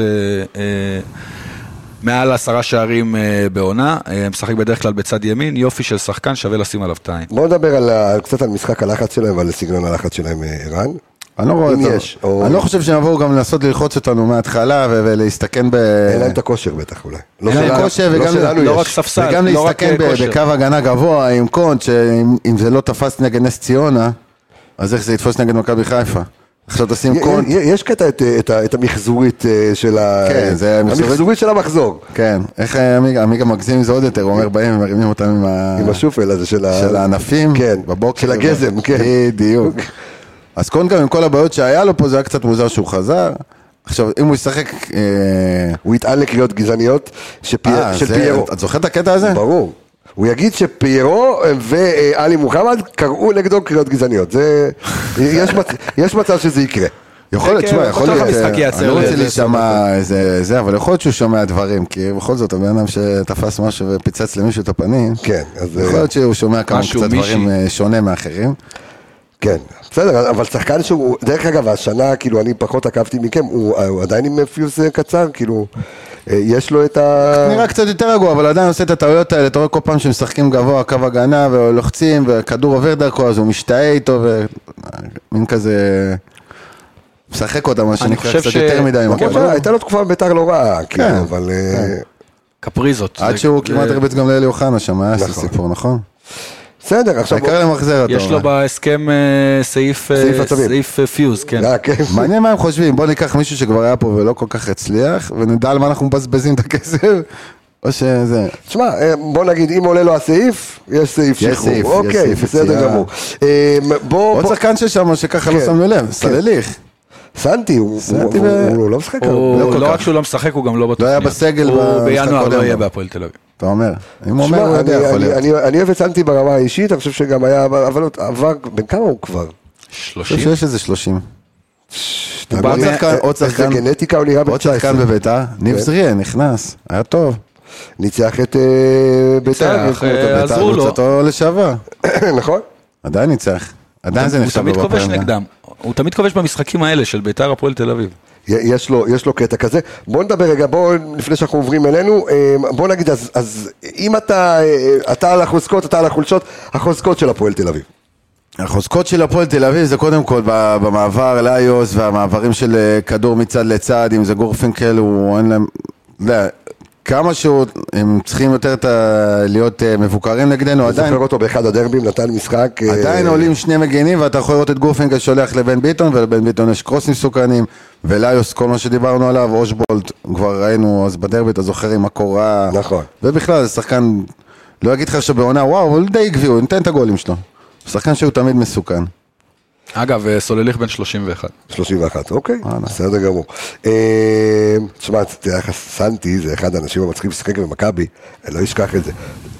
מעל 10 שערים בעונה, משחק בדרך כלל בצד ימין, יופי של שחקן שווה לשים עליו תיים. בואו נדבר קצת על משחק הלחץ שלהם ועל סגנון הלחץ שלהם, ערן. אני לא חושב שנבואו גם לנסות ללחוץ אותנו מההתחלה ולהסתכן אין להם את הכושר בטח אולי. גם כושר לא רק ספסל, וגם להסתכן בקו הגנה גבוה עם קונט, שאם זה לא תפס נגד נס ציונה, אז איך זה יתפוס נגד מכבי חיפה? עכשיו תשים קונט. יש קטע את המחזורית של המחזורית של המחזור. כן, איך עמיגה מגזים עם זה עוד יותר, הוא אומר בהם, מרימים אותם עם השופל הזה של הענפים, בבוקר. של הגזם, כן. בדיוק. אז קונט גם עם כל הבעיות שהיה לו פה, זה היה קצת מוזר שהוא חזר. עכשיו, אם הוא ישחק... הוא יטען לקריאות גזעניות של פיירו. את זוכרת את הקטע הזה? ברור. הוא יגיד שפיירו ואלי מוחמד קראו נגדו קריאות גזעניות. יש מצב שזה יקרה. יכול להיות, תשמע, יכול להיות, אני לא רוצה להישמע זה, אבל יכול להיות שהוא שומע דברים, כי בכל זאת, הבן אדם שתפס משהו ופיצץ למישהו את הפנים, יכול להיות שהוא שומע כמה קצת דברים שונה מאחרים. כן, בסדר, אבל שחקן שהוא, דרך אגב, השנה, כאילו, אני פחות עקבתי מכם, הוא עדיין עם פיוס קצר, כאילו, יש לו את נראה קצת יותר רגוע, אבל עדיין עושה את הטעויות האלה, אתה רואה כל פעם שמשחקים גבוה, קו הגנה, ולוחצים, וכדור עובר דרכו, אז הוא משתאה איתו, ומין כזה... משחק אותה, מה שנקרא, קצת יותר מדי. הייתה לו תקופה בביתר לא רעה, כאילו, אבל... קפריזות. עד שהוא כמעט הרביץ גם לאלי אוחנה שם, היה סיפור, נכון? בסדר, עכשיו... העיקר למחזר אותו. יש לו בהסכם סעיף פיוז, כן. מעניין מה הם חושבים, בוא ניקח מישהו שכבר היה פה ולא כל כך הצליח, ונדע על מה אנחנו מבזבזים את הכסף, או שזה... תשמע, בוא נגיד, אם עולה לו הסעיף, יש סעיף שחרור. אוקיי, בסדר גמור. עוד שחקן ששם, שככה לא שמנו לב, סלליך. סנטי, הוא לא משחק. לא רק שהוא לא משחק, הוא גם לא בתוכניות. לא היה בסגל הוא בינואר לא יהיה בהפועל תל אביב. אתה אומר, אם הוא אומר, אני אוהב את סנטי ברמה האישית, אני חושב שגם היה, אבל עבר, בין כמה הוא כבר? 30? אני חושב שיש איזה 30. הוא בא עוד שחקן, איזה גנטיקה הוא נראה עוד שחקן ב-19. בביתר, ניב זריאן נכנס, היה טוב. ניצח את ביתר. ניצח, עזרו לו. קבוצתו לשעבר. נכון? עדיין ניצח. עדיין זה הוא נחשב תמיד כובש בפרמייר. נגדם. הוא תמיד כובש במשחקים האלה של ביתר הפועל תל אביב. יש לו קטע כזה. בוא נדבר רגע, לפני שאנחנו עוברים אלינו, בוא נגיד, אז אם אתה על החוזקות, אתה על החולשות, החוזקות של הפועל תל אביב. החוזקות של הפועל תל אביב זה קודם כל במעבר לאיוס והמעברים של כדור מצד לצד, אם זה גורפינקל, אין להם, כמה שהם צריכים יותר להיות מבוקרים נגדנו, אני עדיין זוכר אותו באחד הדרבים, נתן משחק. עדיין עולים שני מגנים, ואתה יכול לראות את גורפינקל שולח לבן ביטון, ולבן ביטון יש קרוסים מסוכנים, ולאיוס, כל מה שדיברנו עליו, אושבולט, כבר ראינו אז בדרבי, אתה זוכר עם הקורה. נכון. ובכלל, זה שחקן, לא אגיד לך שבעונה, וואו, אבל די עקבי, הוא ניתן את הגולים שלו. שחקן שהוא תמיד מסוכן. אגב, סולליך בן 31. 31, אוקיי, בסדר גמור. תשמע, סנטי, זה אחד האנשים המצחיקים ששחק במכבי, אני לא אשכח את זה.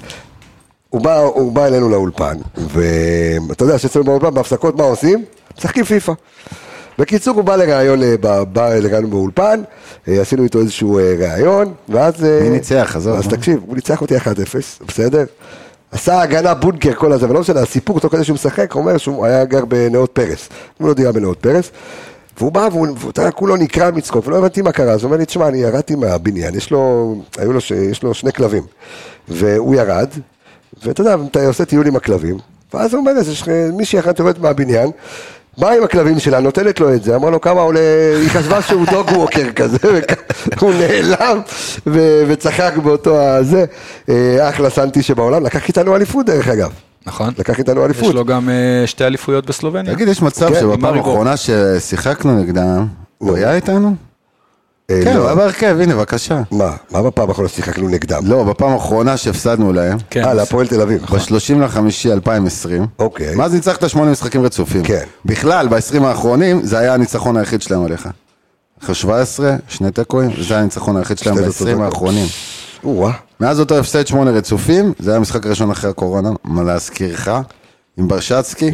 הוא בא אלינו לאולפן, ואתה יודע שאצלנו באולפן, בהפסקות מה עושים? משחקים פיפה. בקיצור, הוא בא לראיון באולפן, עשינו איתו איזשהו ראיון, ואז... מי ניצח, עזוב. אז תקשיב, הוא ניצח אותי 1-0, בסדר? עשה הגנה בונקר כל הזה, ולא משנה, הסיפור תוך כדי שהוא משחק, הוא אומר שהוא היה גר בנאות פרס, הוא לא דירה בנאות פרס, והוא בא, כולו נקרא מצחוק, ולא הבנתי מה קרה, אז הוא אומר לי, תשמע, אני ירדתי מהבניין, יש לו 2 כלבים, והוא ירד, ואתה יודע, אתה עושה טיול עם הכלבים, ואז הוא אומר, מישהי אחת יורדת מהבניין, באה עם הכלבים שלה, נותנת לו את זה, אמרה לו כמה עולה, היא חשבה שהוא דוג ווקר כזה, הוא נעלם וצחק באותו הזה, אחלה סנטי שבעולם, לקח איתנו אליפות דרך אגב. נכון. לקח איתנו אליפות. יש לו גם 2 אליפויות בסלובניה. תגיד, יש מצב שבפעם האחרונה ששיחקנו נגדם, הוא היה איתנו? כן, הוא היה בהרכב, הנה, בבקשה. מה בפעם האחרונה שיחקנו נגדם? לא, בפעם האחרונה שהפסדנו להם. להפועל תל אביב. ב-30/5/2020. אוקיי. מה אז ניצחת 8 משחקים רצופים? כן. בכלל, ב-20 האחרונים, זה היה הניצחון היחיד שלהם עליך. אחרי 17, 2 תיקואים, זה היה הניצחון היחיד שלהם ב-20 האחרונים. מאז אותו הפסד 8 רצופים, זה היה המשחק הראשון אחרי הקורונה, מה להזכירך, עם ברשצקי.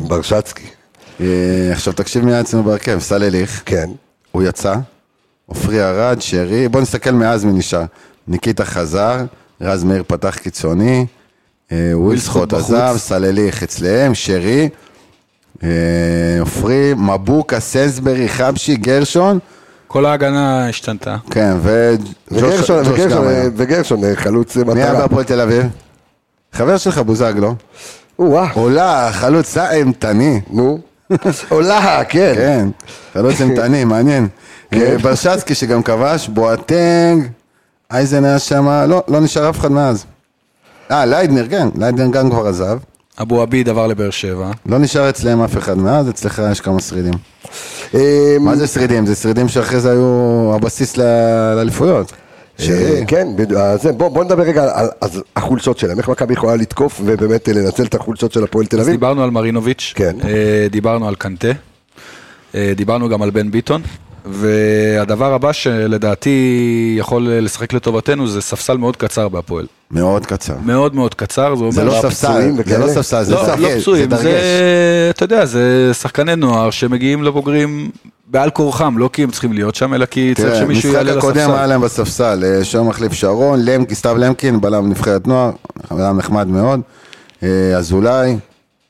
עכשיו תקשיב מי היה אצלנו בהרכב, סלליך. כן. הוא יצא. עופרי ארד, שרי, בוא נסתכל מאז מי נשאר. ניקיטה חזר, רז מאיר פתח קיצוני, ווילסחוט עזב, סלליך אצלהם, שרי, עופרי, מבוקה, סנסברי, חבשי, גרשון. כל ההגנה השתנתה. כן, וגרשון, חלוץ מטרה. מי היה בהפועל תל אביב? חבר שלך בוזגלו. עולה, חלוץ אימתני. נו, עולה, כן. כן, חלוץ אימתני, מעניין. ברשצקי שגם כבש, בועטנג, אייזן היה שם, לא נשאר אף אחד מאז. ליידנר, כן, ליידנר גם כבר עזב. אבו עביד עבר לבאר שבע. לא נשאר אצלם אף אחד מאז, אצלך יש כמה שרידים. מה זה שרידים? זה שרידים שאחרי זה היו הבסיס לאליפויות. כן, בוא נדבר רגע על החולשות שלהם, איך מכבי יכולה לתקוף ובאמת לנצל את החולשות של הפועל תל אביב. דיברנו על מרינוביץ', דיברנו על קנטה, דיברנו גם על בן ביטון, והדבר הבא שלדעתי יכול לשחק לטובתנו זה ספסל מאוד קצר בהפועל. מאוד קצר. מאוד מאוד קצר. זה לא ספסל, זה לא ספסל, זה פצועים, אתה יודע, זה שחקני נוער שמגיעים לבוגרים בעל כורחם, לא כי הם צריכים להיות שם, אלא כי צריך שמישהו יעלה לספסל. משחק הקודם היה להם בספסל, שם מחליף שרון, סתיו למקין, בלם נבחרת נוער, בלם נחמד מאוד, אזולאי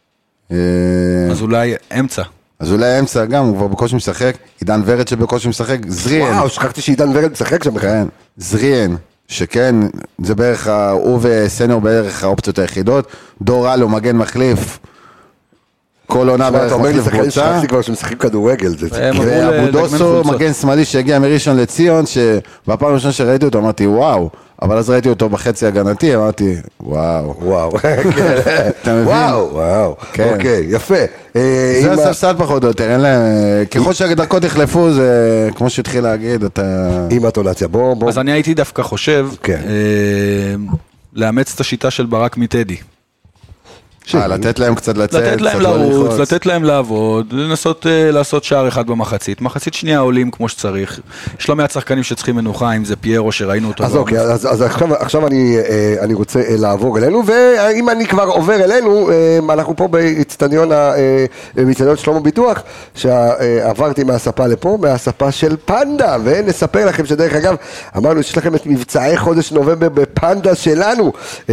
אמצע. אז אולי אמצע גם, הוא כבר בקושי משחק, עידן ורד שבקושי משחק, זריאן. וואו, שכחתי שעידן ורד משחק שם. כן, זריאן, שכן, זה בערך, הוא וסנור בערך האופציות היחידות, דור אלו, מגן מחליף, כל עונה בערך מחליף קבוצה. שכחתי כבר שמשחקים כדורגל. ואבו דוסו, מגן שמאלי שהגיע מראשון לציון, שבפעם הראשונה שראיתי אותו אמרתי וואו, אבל אז ראיתי אותו בחצי הגנתי, אמרתי וואו. וואו, אתה מבין? וואו, אוקיי, יפה. זה הספסל פחות או יותר, אין להם, ככל שהדקות יחלפו, זה כמו שהתחיל להגיד, אתה... עם הטונציה, בוא. אז אני הייתי דווקא חושב, לאמץ את השיטה של ברק מטדי. לתת להם קצת לצאת, לתת להם קצת לא לרוץ, ללחוץ. לתת להם לעבוד, לנסות לעשות שער אחד במחצית. מחצית שנייה עולים כמו שצריך. יש לא מעט שחקנים שצריכים מנוחה, אם זה פיירו שראינו אותו. אז אוקיי, אז עכשיו אני רוצה לעבור אלינו, ואם אני כבר עובר אלינו, אנחנו פה באצטדיון שלמה ביטוח, שעברתי מהספה לפה, מהספה של פנדה, ונספר לכם שדרך אגב, אמרנו שיש לכם את מבצעי חודש נובמבר בפנדה שלנו,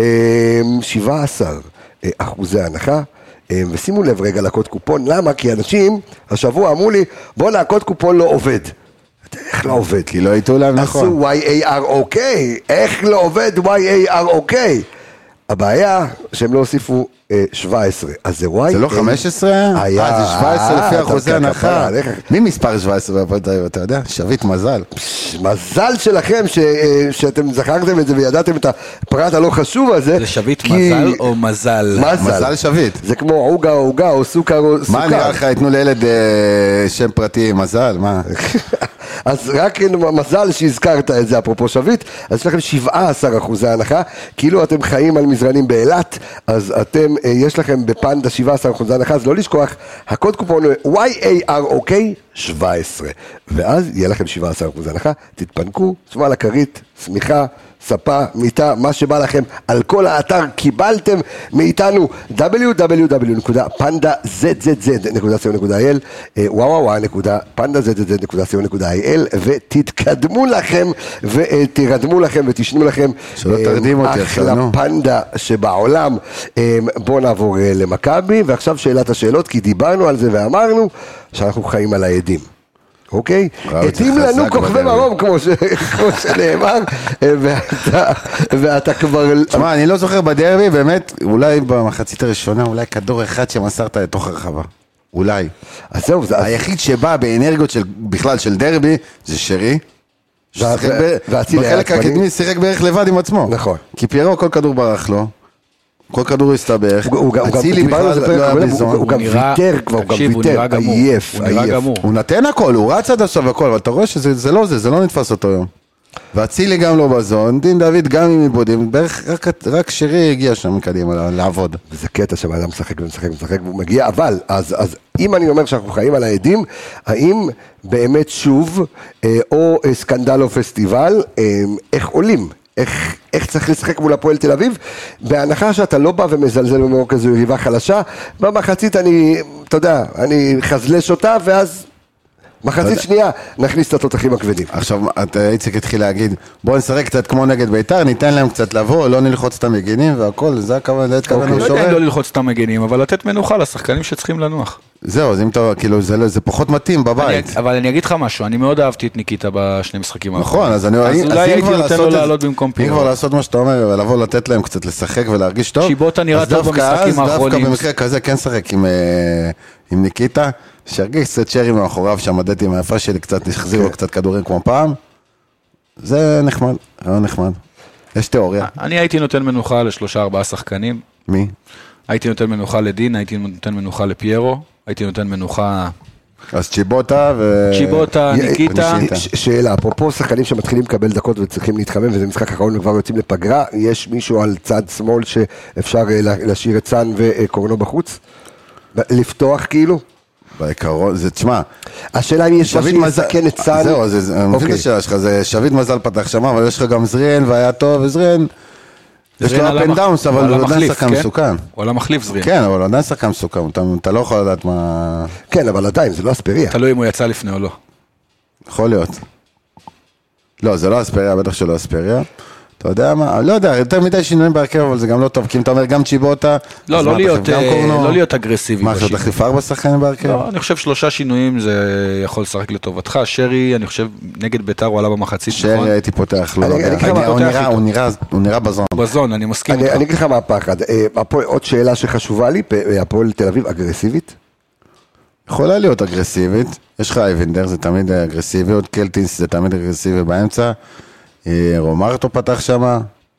17% הנחה, ושימו לב רגע לקוד קופון, למה? כי אנשים השבוע אמרו לי, בוא נעקוד קופון לא עובד. איך לא עובד? כי לא הייתו להם נכון. עשו YAROK, איך לא עובד YAROK? הבעיה שהם לא הוסיפו 17, אז זה Y. זה לא 15? היה, זה 17 לפי אחוזי הנחה. כפרה, מי מספר 17? אתה יודע? שביט מזל. מזל שלכם שאתם זכרתם את זה וידעתם את הפרט הלא חשוב הזה. זה שביט מזל או מזל? מזל שביט. זה כמו עוגה או עוגה או סוכר או סוכר. מה נראה לך, יתנו לילד שם פרטי מזל? מה? אז רק מזל שהזכרת את זה, אפרופו שביט, אז יש לכם 17% הנחה, כאילו אתם חיים על מזרנים באילת, אז אתם, יש לכם בפנדה 17% הנחה, אז לא לשכוח, הקוד קופון הוא YAROK 17, ואז יהיה לכם 17% הנחה, תתפנקו, שמע לכרית, סמיכה, ספה, מיטה, מה שבא לכם, על כל האתר קיבלתם מאיתנו, www.pandazz.co.il, www.pandazz.co.il, ותתקדמו לכם, ותרדמו לכם, ותשנו לכם, שלא תרדים אותי, אחלה פנדה שבעולם. בואו נעבור למכבי, ועכשיו שאלת השאלות, כי דיברנו על זה ואמרנו, שאנחנו חיים על העדים. אוקיי? עדים לנו כוכבי מרום, כמו שנאמר, ואתה כבר... תשמע, אני לא זוכר בדרבי, באמת, אולי במחצית הראשונה, אולי כדור אחד שמסרת לתוך הרחבה. אולי. אז זהו, היחיד שבא באנרגיות בכלל של דרבי, זה שרי. בחלק הקדמי שיחק בערך לבד עם עצמו. נכון. כי פיירו כל כדור ברח לו. כל כדור הסתבך, אצילי בכלל לא היה ביזון, הוא גם ויתר כבר, הוא גם ויתר, עייף, הוא נתן הכל, הוא רץ עד עכשיו הכל, אבל אתה רואה שזה לא זה, זה לא נתפס אותו היום. ואצילי גם לא בזון, דין דוד גם עם עיבודים, בערך רק שרי הגיע שם קדימה לעבוד. וזה קטע שהאדם משחק ומשחק ומשחק והוא מגיע, אבל, אז אם אני אומר שאנחנו חיים על העדים, האם באמת שוב, או סקנדל או פסטיבל, איך עולים? איך צריך לשחק מול הפועל תל אביב, בהנחה שאתה לא בא ומזלזל במרוק כזו יריבה חלשה, במחצית אתה יודע, אני חזלש אותה, ואז מחצית שנייה נכניס את התותחים הכבדים. עכשיו, איציק התחיל להגיד, בואו נשחק קצת כמו נגד ביתר, ניתן להם קצת לבוא, לא נלחוץ את המגינים והכל, זה הכוון, לא יודע לא ללחוץ את המגינים, אבל לתת מנוחה לשחקנים שצריכים לנוח. זהו, אז אם אתה, כאילו, זה פחות מתאים בבית. אבל אני אגיד לך משהו, אני מאוד אהבתי את ניקיטה בשני משחקים האחרונים. נכון, אז אולי הייתי נותן לו לעלות במקום פיירו. אם כבר לעשות מה שאתה אומר, ולבוא לתת להם קצת לשחק ולהרגיש טוב, שיבוטה נראה טוב במשחקים האחרונים. דווקא במקרה כזה כן שחק עם ניקיטה, שהרגיש קצת שרי מאחוריו, שהמדדתי מהיפה שלי קצת, החזיר לו קצת כדורים כמו פעם. זה נחמד, לא נחמד. יש תיאוריה. אני הייתי נותן מנוחה ל3-4 שחקנים. מי? הייתי נותן מנוחה לדין, הייתי נותן מנוחה לפיירו, הייתי נותן מנוחה... אז צ'יבוטה ניקיטה. שאלה, אפרופו שחקנים שמתחילים לקבל דקות וצריכים להתחמם, וזה משחק אחרון וכבר יוצאים לפגרה, יש מישהו על צד שמאל שאפשר להשאיר את סן וקורנו בחוץ? לפתוח כאילו? בעיקרון, זה תשמע. השאלה אם יש משהו יסכן את סן. זהו, אני מבין את השאלה שלך, זה שביט מזל פתח שם, אבל יש לך גם זריאן והיה טוב, וזריאן יש לו up and downs, אבל הוא עדיין שחקן מסוכן. הוא עלה מחליף זריאן. כן, אבל הוא עדיין שחקן מסוכן, אתה לא יכול לדעת מה... כן, אבל עדיין, זה לא אספריה. תלוי אם הוא יצא לפני או לא. יכול להיות. לא, זה לא אספריה, בטח שלא אספריה. אתה יודע מה? לא יודע, יותר מדי שינויים בהרכב, אבל זה גם לא טוב, כי אם אתה אומר גם צ'יבוטה... לא להיות אגרסיבי. מה, אתה תחליף 4 שחקנים בהרכב? לא, אני חושב 3 שינויים זה יכול לשחק לטובתך. שרי, אני חושב, נגד ביתר הוא עלה במחצית, נכון? שרי הייתי פותח, לא יודע. הוא נראה בזון. בזון, אני מסכים איתך. אני אגיד לך מה הפחד. עוד שאלה שחשובה לי, הפועל תל אביב אגרסיבית? יכולה להיות אגרסיבית. יש לך אייבנדר, זה תמיד אגרסיבי, עוד קלטינס זה תמיד אגרסיבי באמצע. רומרטו פתח שמה,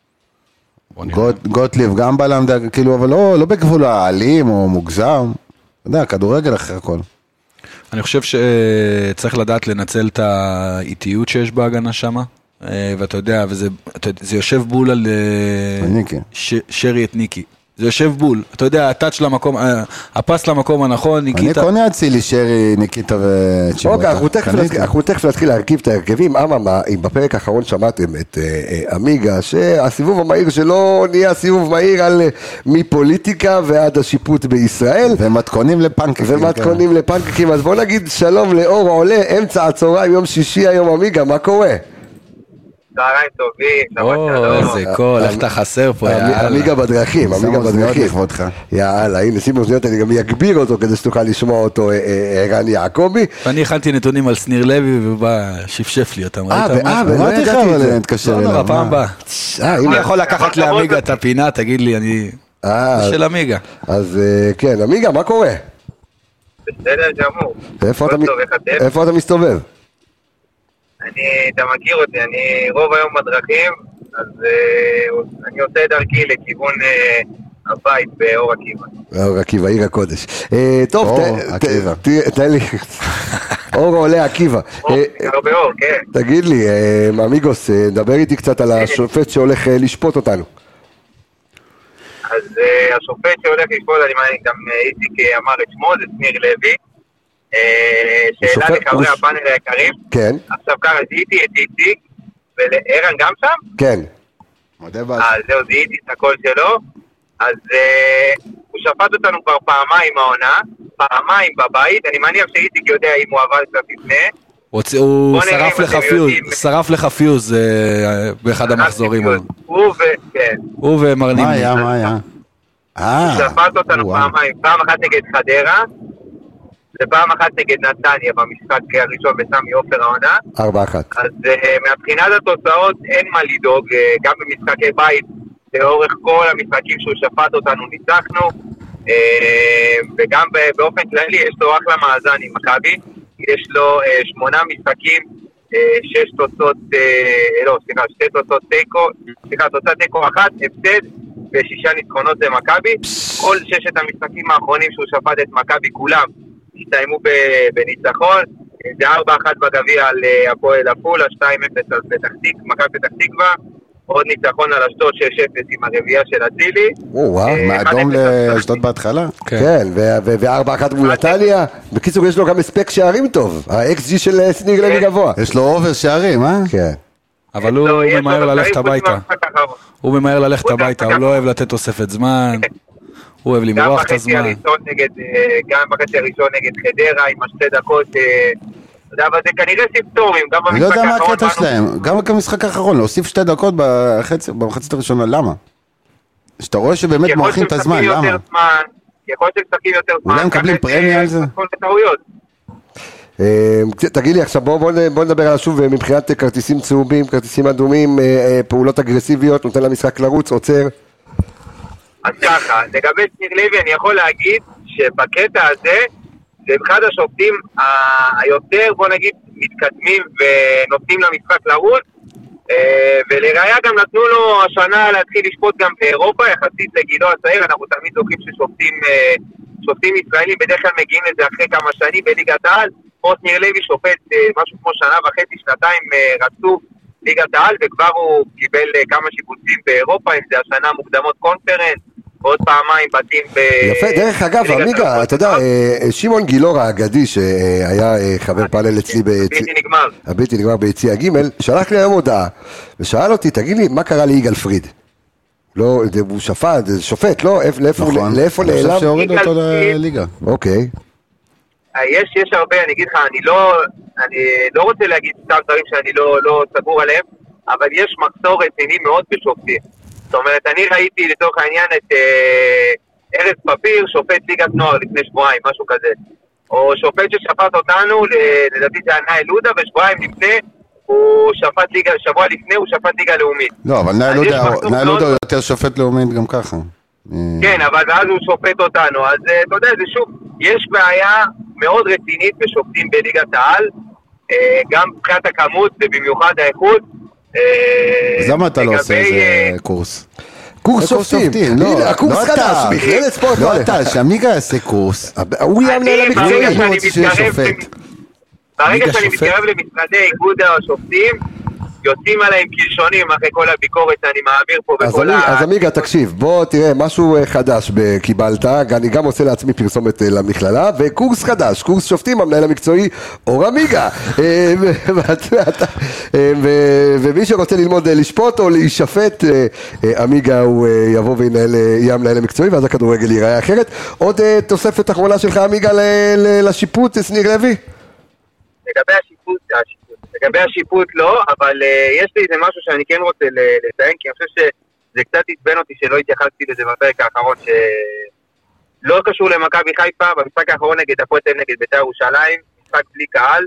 גוטליב גם בלם, כאילו, אבל לא בגבול העלים או מוגזם, אתה יודע, כדורגל אחרי הכל. אני חושב שצריך לדעת לנצל את האיטיות שיש בהגנה שמה, ואתה יודע, וזה יושב בול על שרי את ניקי. זה יושב בול. אתה יודע, הטאץ' למקום, הפס למקום הנכון, ניקיטה. אני קונה אצילי, שרי, ניקיטה וצ'יבוטה. אוקיי, אנחנו תכף נתחיל להרכיב את ההרכבים. אממה, אם בפרק האחרון שמעתם את אמיגה, שהסיבוב המהיר שלו נהיה סיבוב מהיר על מפוליטיקה ועד השיפוט בישראל. ומתכונים לפנקקים. אז בואו נגיד שלום לאור עולה, אמצע הצהריים, יום שישי היום אמיגה, מה קורה? צהריים טובים, שבת שלום. איזה קול, איך אתה חסר פה, יאללה. אמיגה בדרכים. יאללה, הנה, שימו אוזניות, אני גם אגביר אותו כדי שתוכל לשמוע אותו, ערן יעקבי. אני הכנתי נתונים על שניר לוי, ובא שפשף לי אותם, ראית משהו? לא ידעתי את זה, נתקשר אליו. פעם הבאה. אני יכול לקחת לאמיגה את הפינה, תגיד לי, אני... זה של אמיגה. אז כן, אמיגה, מה קורה? בסדר גמור. איפה אתה מסתובב? אתה מכיר אותי, אני רוב היום בדרכים, אז אני עושה דרכי לכיוון הבית באור עקיבא. אור עקיבא, עיר הקודש. טוב, תן לי, אור עולה עקיבא. הרבה אור, כן. תגיד לי, אמיגוס, דבר איתי קצת על השופט שהולך לשפוט אותנו. אז השופט שהולך לשפוט, אני גם איציק אמר את שמו, זה שניר לוי. שאלה לחברי הפאנל היקרים. כן. עכשיו ככה, זיהיתי את איציק, ואירן גם שם? כן. זהו, זיהיתי את הקול שלו, אז הוא שפט אותנו כבר פעמיים העונה, פעמיים בבית, אני מניח שאיציק יודע אם הוא עבר קצת לפני. הוא שרף לך פיוז באחד המחזורים. הוא ומרנים. מה היה? הוא שפט אותנו פעמיים, פעם אחת נגד חדרה, ופעם אחת נגד נתניה במשחק הראשון בסמי עופר העונה. 4-1. אז מהבחינת התוצאות אין מה לדאוג, גם במשחקי בית, לאורך כל המשחקים שהוא שפט אותנו ניצחנו, וגם באופן כללי יש לו אחלה מאזן עם מכבי, יש לו 8 משחקים, 6 תוצאות, שתי תוצאות תיקו, תוצאת תיקו 1, הפסד ו6 ניצחונות למכבי. כל 6 המשחקים האחרונים שהוא שפט את מכבי כולם הסתיימו בניצחון, זה 4-1 בגביע על הפועל עפולה, 2-0 על מכבי פתח תקווה, עוד ניצחון על אשדוד 6-0 עם הרביעייה של אצילי. מאדום לאשדוד בהתחלה? כן, ו4-1 מול נתניה. בקיצור, יש לו גם הספק שערים טוב, ה-XG של שניר לוי גבוה. יש לו אובר שערים, כן. אבל הוא ממהר ללכת הביתה. הוא ממהר ללכת הביתה, הוא לא אוהב לתת תוספת זמן. הוא אוהב למרוח את הזמן. גם בחצי הראשון נגד חדרה עם 2 דקות, אבל זה כנראה סימפטומים. אני לא יודע מה הקטע שלהם, גם במשחק האחרון, להוסיף 2 דקות במחצית הראשונה, למה? שאתה רואה שבאמת מורחים את הזמן, למה? יכול שמשחקים יותר זמן. אולי הם מקבלים פרמיה על זה? תגיד לי עכשיו, בוא נדבר על השוב מבחינת כרטיסים צהובים, כרטיסים אדומים, פעולות אגרסיביות, נותן למשחק לרוץ, עוצר. אז ככה, לגבי שניר לוי אני יכול להגיד שבקטע הזה זה אחד השופטים היותר, בוא נגיד, מתקדמים ונותנים למשחק לרוץ, ולראיה גם נתנו לו השנה להתחיל לשפוט גם באירופה, יחסית לגילו הצעיר. אנחנו תמיד זוכרים ששופטים ישראלים בדרך כלל מגיעים לזה אחרי כמה שנים בליגת העל, פה שניר לוי שופט משהו כמו 1.5 שנתיים רצוף ליגת העל, וכבר הוא קיבל כמה שיבוצים באירופה, אם זה השנה מוקדמות קונפרנס, עוד פעמיים בתים יפה, דרך אגב, אמיגה, אתה יודע, שמעון גילור האגדי, שהיה חבר פאנל אצלי הבלתי נגמר ביציע ג', שלח לי היום הודעה, ושאל אותי, תגיד לי, מה קרה ליגאל פריד? לא, הוא שופט, לא? לאיפה נעלם? אני חושב שהוריד אותו לליגה. אוקיי. יש הרבה, אני אגיד לך, אני לא רוצה להגיד סתם דברים שאני לא סגור עליהם, אבל יש מחסור רציני מאוד בשופטים. זאת אומרת, אני ראיתי לצורך העניין את ארז פפיר, שופט ליגת נוער לפני שבועיים, משהו כזה. או שופט ששפט אותנו, לדעתי זה ענה אלודה, ושבועיים לפני, הוא שפט ליגה, שבוע לפני הוא שפט ליגה לאומית. לא, אבל נא אלודה הוא יותר שופט לאומית גם ככה. כן, אבל אז הוא שופט אותנו, אז אתה יודע, זה שוב, יש בעיה מאוד רצינית בשופטים בליגת העל, גם מבחינת הכמות ובמיוחד האיכות. אז למה אתה לא עושה איזה קורס? קורס שופטים, הקורס חדש, מכללת ספורט. לא אתה, שעמיגה יעשה קורס. הוא יעמנה למקצועי. ברגע שאני מתקרב למשרדי איגוד השופטים, יוצאים עליהם כלשונים אחרי כל הביקורת שאני מעביר פה בכל אז עמיגה, תקשיב, בוא תראה, משהו חדש קיבלת, אני גם עושה לעצמי פרסומת למכללה, וקורס חדש, קורס שופטים, המנהל המקצועי, אור עמיגה. ומי שרוצה ללמוד לשפוט או להישפט, עמיגה הוא יבוא ויהיה המנהל המקצועי, ואז הכדורגל ייראה אחרת. עוד תוספת אחרונה שלך, עמיגה, לשיפוט, שניר לוי? לגבי השיפוט לא, אבל יש לי איזה משהו שאני כן רוצה לציין, כי אני חושב שזה קצת עצבן אותי שלא התייחסתי לזה בפרק האחרון, שלא קשור למכבי חיפה, במשחק האחרון נגד הפועל תל אביב נגד בית"ר ירושלים, משחק בלי קהל,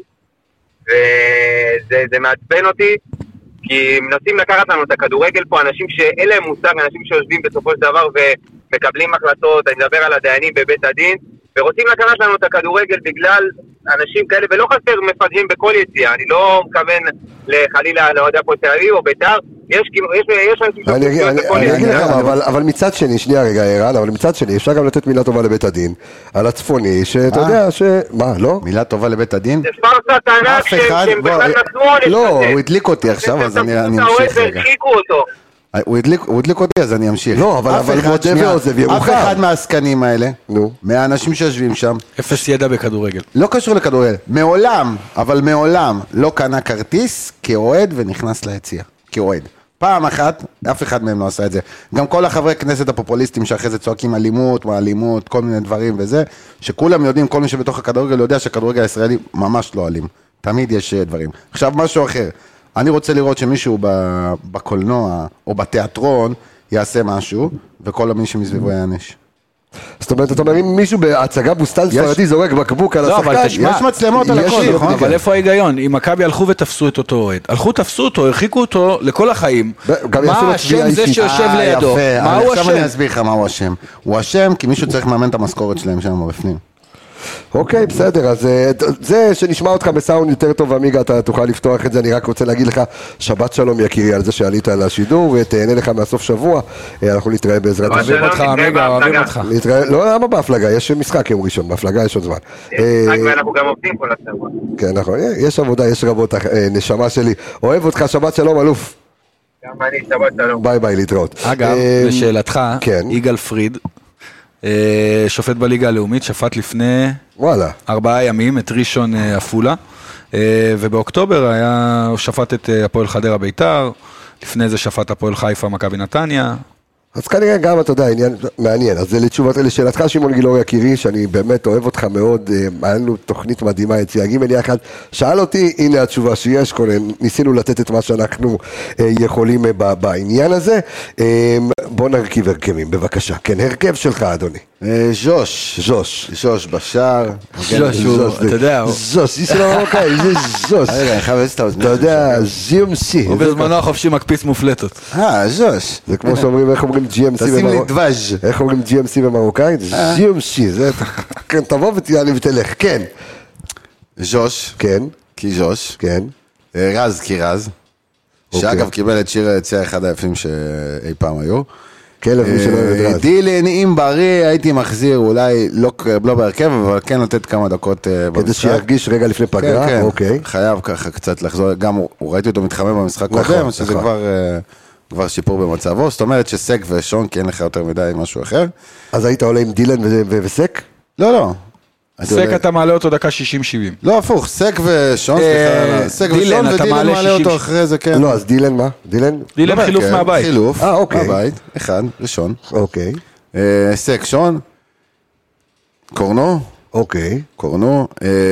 וזה מעצבן אותי, כי מנסים לקחת לנו את הכדורגל פה, אנשים שאין להם מושג, אנשים שיושבים בסופו של דבר ומקבלים החלטות, אני מדבר על הדיינים בבית הדין, ורוצים לקחת לנו את הכדורגל בגלל אנשים כאלה, ולא חסר מפגעים בכל יציאה, אני לא מכוון לחלילה לאוהדי הפועל תל אביב או בית"ר, יש אנשים אני אגיד לך, אבל מצד שני, שנייה רגע ערן, אבל מצד שני, אפשר גם לתת מילה טובה לבית הדין, על הצפוני, שאתה יודע מה, לא? מילה טובה לבית הדין? זה פרסה טענה שהם בכלל נתנו עונש כזה. לא, הוא הדליק אותי עכשיו, אז אני אמשיך רגע. הוא הדליק אותי, אז אני אמשיך. לא, אבל מודה ועוזב ירוחם. אף אחד מהעסקנים האלה, מהאנשים שיושבים שם, אפס ידע בכדורגל. לא קשור לכדורגל. מעולם, אבל מעולם, לא קנה כרטיס כאוהד ונכנס ליציאה. כאוהד. פעם אחת, אף אחד מהם לא עשה את זה. גם כל החברי כנסת הפופוליסטים שאחרי זה צועקים אלימות, כל מיני דברים וזה, שכולם יודעים, כל מי שבתוך הכדורגל יודע שהכדורגל הישראלי ממש לא אלים. תמיד יש דברים. עכשיו משהו אחר. אני רוצה לראות שמישהו בקולנוע או בתיאטרון יעשה משהו, וכל מי שמסביבו יענש. זאת אומרת, אתה אומר, אם מישהו בהצגה בוסטן ספרדי זורק בקבוק על השחקן, יש מצלמות על הכל, נכון? אבל איפה ההיגיון? אם מכבי הלכו ותפסו את אותו אוהד, תפסו אותו, הרחיקו אותו לכל החיים, מה השם זה שיושב לידו? מה הוא השם? עכשיו אני אסביר לך מה הוא השם. הוא השם כי מישהו צריך לממן את המשכורת שלהם שם בפנים. אוקיי, בסדר, אז זה שנשמע אותך בסאונד יותר טוב, עמיגה, אתה תוכל לפתוח את זה, אני רק רוצה להגיד לך, שבת שלום יקירי על זה שעלית על השידור, ותהנה לך מהסוף שבוע, אנחנו נתראה בעזרת השם. אוהבים אותך, עמיגה, אוהבים אותך. לא, למה בהפלגה? יש משחק יום ראשון, בהפלגה יש עוד זמן. יש משחק ואנחנו גם עובדים כל השבוע. כן, נכון, יש עבודה, יש רבות, נשמה שלי. אוהב אותך, שבת שלום, אלוף. גם אני, שבת שלום. ביי ביי, להתראות. אגב, לשאלתך, יגאל פריד, שופט בליגה הלאומית, שפט לפני 4 ימים את ראשון אפולה, ובאוקטובר הוא שפט את הפועל חדרה ביתר, לפני זה שפט הפועל חיפה מכבי נתניה. אז כנראה גם, אתה יודע, עניין מעניין. אז זה לתשובות לשאלתך, שמעון גילאור יקירי, שאני באמת אוהב אותך מאוד, היה לנו תוכנית מדהימה, יציאה ג' יחד, שאל אותי, הנה התשובה שיש, ניסינו לתת את מה שאנחנו יכולים בעניין הזה. בוא נרכיב הרכבים, בבקשה. כן, הרכב שלך, אדוני. ז'וש בשער. אתה יודע, ז'וש, יש לו מרוקאי, זה ז'וש. אתה יודע, GMC. הוא בזמנו החופשי מקפיץ מופלטות. ז'וש. זה כמו שאומרים, איך אומרים GMC תשים לי דבז'. איך אומרים GMC במרוקאית? GMC, זה, כן, תבוא ותעלי ותלך, כן. ז'וש. כן. כי ז'וש. כן. רז כי רז. שאגב קיבל את שיר היציאה אחד היפים שאי פעם היו. כלב מי שלא יודע. דילן, אם בריא, הייתי מחזיר, אולי לא בהרכב, אבל כן לתת כמה דקות במשחק. כדי שירגיש רגע לפני פגרה, אוקיי. חייב ככה קצת לחזור, גם ראיתי אותו מתחמם במשחק קודם, שזה כבר שיפור במצבו, זאת אומרת שסק ושון, כי אין לך יותר מדי משהו אחר. אז היית עולה עם דילן וסק? לא. סק אתה מעלה אותו דקה 60-70. לא, הפוך, סק ושון, סק ושון ודילן מעלה אותו אחרי זה, כן. לא, אז דילן מה? דילן חילוף מהבית. חילוף מהבית, אחד, ראשון. אוקיי. סק, שון, קורנו. אוקיי. קורנו.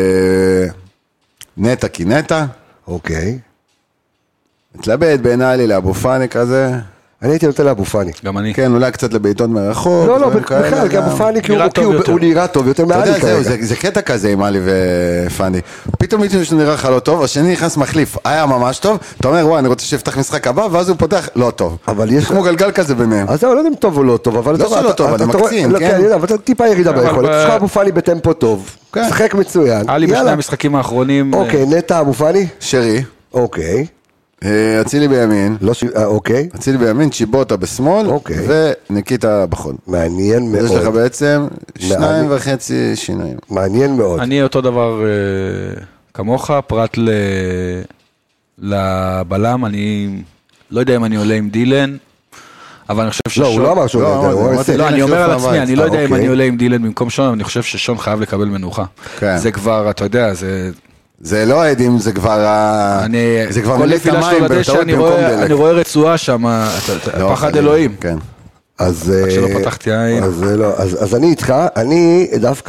נטע כי נטע. אוקיי. התלבט בעיניי לי לאבו פאני כזה. אני הייתי נותן לאבו פאני. גם אני. כן, אולי קצת לבעיטות מרחוק. לא, בכלל, כי אבו פאני הוא נראה טוב יותר מעלי כרגע. זה קטע כזה עם עלי ופאני. פתאום מישהו שנראה לך לא טוב, השני נכנס מחליף, היה ממש טוב, אתה אומר, וואי, אני רוצה שיפתח משחק הבא, ואז הוא פותח, לא טוב. זה כמו גלגל כזה ביניהם. אז זהו, לא יודע אם טוב או לא טוב, אבל... לא שלא טוב, אני מקצין, כן. אבל טיפה ירידה ביכולת. יש לך אבו פאני בטמפו טוב. שחק מצוין. עלי בשני המשחקים האחרונים... אוקיי, נטע אבו פאני? שרי. אוקיי. אצילי בימין, אוקיי. אצילי בימין, צ'יבוטה בשמאל, וניקיטה בחוד. מעניין מאוד. יש לך בעצם 2.5 שינויים. מעניין מאוד. אני אותו דבר כמוך, פרט לבלם, אני לא יודע אם אני עולה עם דילן, אבל אני חושב ששון... לא, הוא לא אמר שהוא לא, אני אומר על עצמי, אני לא יודע אם אני עולה עם דילן במקום שון, אבל אני חושב ששון חייב לקבל מנוחה. זה כבר, אתה יודע, זה לא עדים, זה כבר... זה כבר מלאת המים בטעות במקום דלק. אני רואה רצועה שם, פחד אלוהים. כן. אז... רק שלא פתחתי עין. אז אני איתך, אני דווקא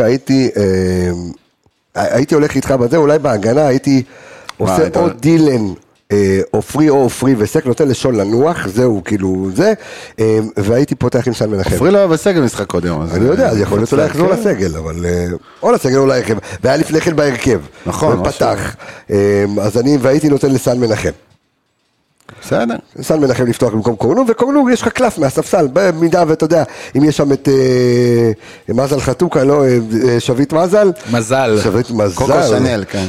הייתי הולך איתך בזה, אולי בהגנה הייתי עושה או דילן, אופרי או אופרי וסק, נותן לשון לנוח, זהו כאילו זה, והייתי פותח עם סן מנחם. אופרי לא היה בסגל משחק קודם. אני יודע, אז יכול להיות אולי יחזור לסגל, אבל... או לסגל או להרכב, והיה לפני כן בהרכב. נכון. ופתח. אז אני והייתי נותן לסן מנחם. בסדר. סן מנחם לפתוח במקום קורנו, וקורנו יש לך קלף מהספסל, במידה ואתה יודע, אם יש שם את מזל חתוקה, לא, שביט מזל. מזל. שביט מזל. קוקו שנל, כן.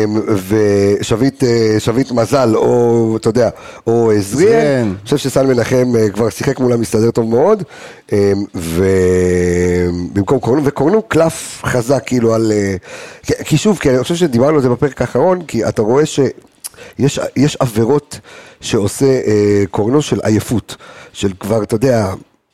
ושביט מזל, או אתה יודע, או זריאן. אני חושב שסן מנחם כבר שיחק מולה מסתדר טוב מאוד, ובמקום קורנו, וקורנו קלף חזק כאילו על... כי שוב, כי אני חושב שדיברנו על זה בפרק האחרון, כי אתה רואה ש... יש עבירות שעושה קורנו של עייפות, של כבר, אתה יודע,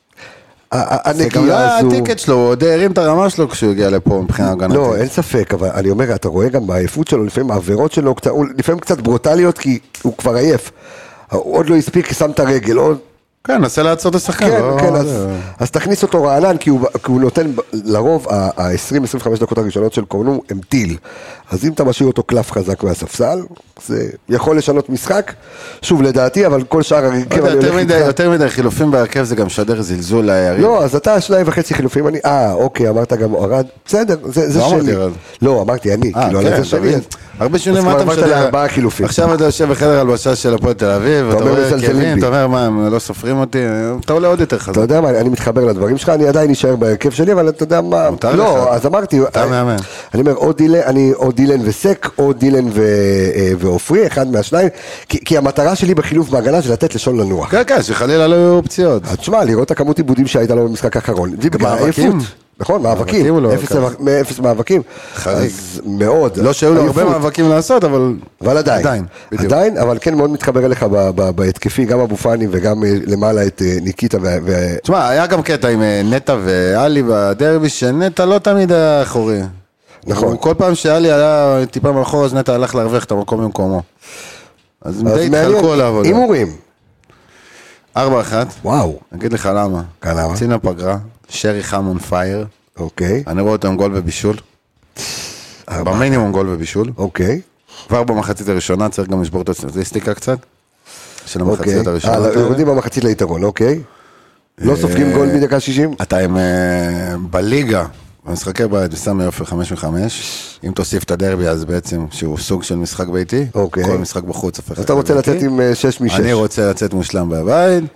זה גם לא הטיקט שלו, הוא עוד הרים את הרמה שלו כשהוא הגיע לפה מבחינה הגנתית. לא, אין ספק, אבל אני אומר, אתה רואה גם בעייפות שלו, לפעמים העבירות שלו, לפעמים קצת ברוטליות, כי הוא כבר עייף, הוא עוד לא הספיק, שם את הרגל, עוד... כן, נסה לעצור את השחקן. כן, אז תכניס אותו רענן, כי הוא נותן, לרוב, ה-20-25 דקות הראשונות של קורנו הם טיל. אז אם אתה משאיר אותו קלף חזק מהספסל, זה יכול לשנות משחק. שוב, לדעתי, אבל כל שאר הרכב... יותר מדי חילופים בהרכב זה גם שדר זלזול ליריב. לא, אז אתה 2.5 חילופים, אוקיי, אמרת גם אורד, בסדר, זה שלי. לא, אמרתי אני, כאילו, על זה שלי. הרבה שנים מה אתה משדר? עכשיו אתה יושב בחדר הלבשה של הפועל תל אביב, אתה אומר מה, הם לא סופרים אותי, אתה עולה עוד יותר חזק. אתה יודע מה, אני מתחבר לדברים שלך, אני עדיין נשאר בהרכב שלי, אבל אתה יודע מה, לא, אז אמרתי, אני אומר, או דילן וסק, או דילן ואופרי, אחד מהשניים, כי המטרה שלי בחילוף בהגנה זה לתת לשון לנוח. כן, כן, שחלילה לא יהיו פציעות. אז תשמע, לראות הכמות עיבודים שהייתה לו במשחק האחרון. מאבקים? נכון, מאבקים, 0 מאבקים, אז מאוד. לא שהיו לו הרבה מאבקים לעשות, אבל עדיין, אבל כן מאוד מתחבר אליך בהתקפי, גם אבו פאני וגם למעלה את ניקיטה. תשמע, היה גם קטע עם נטע ואלי בדרבי, שנטע לא תמיד היה אחורי. נכון. כל פעם שאלי היה טיפה מאחור, אז נטע הלך להרוויח את המקום במקומו. אז די התחלקו עליו. הימורים. 4-1. וואו. אגיד לך למה. צינה פגרה. שרי חם on fire. אוקיי. אני רואה אותו עם גול ובישול. במינימום גול ובישול. אוקיי. כבר במחצית הראשונה צריך גם לשבור את הסטטיסטיקה קצת. של המחצית הראשונה. יורדים במחצית ליתרון, אוקיי. לא סופגים גול מדקה 60? אתה עם בליגה, במשחקי בית, וסמי אופר 5-5. אם תוסיף את הדרבי, אז בעצם שהוא סוג של משחק ביתי. אוקיי. כל משחק בחוץ. אתה רוצה לצאת עם 6-6? אני רוצה לצאת מושלם בבית.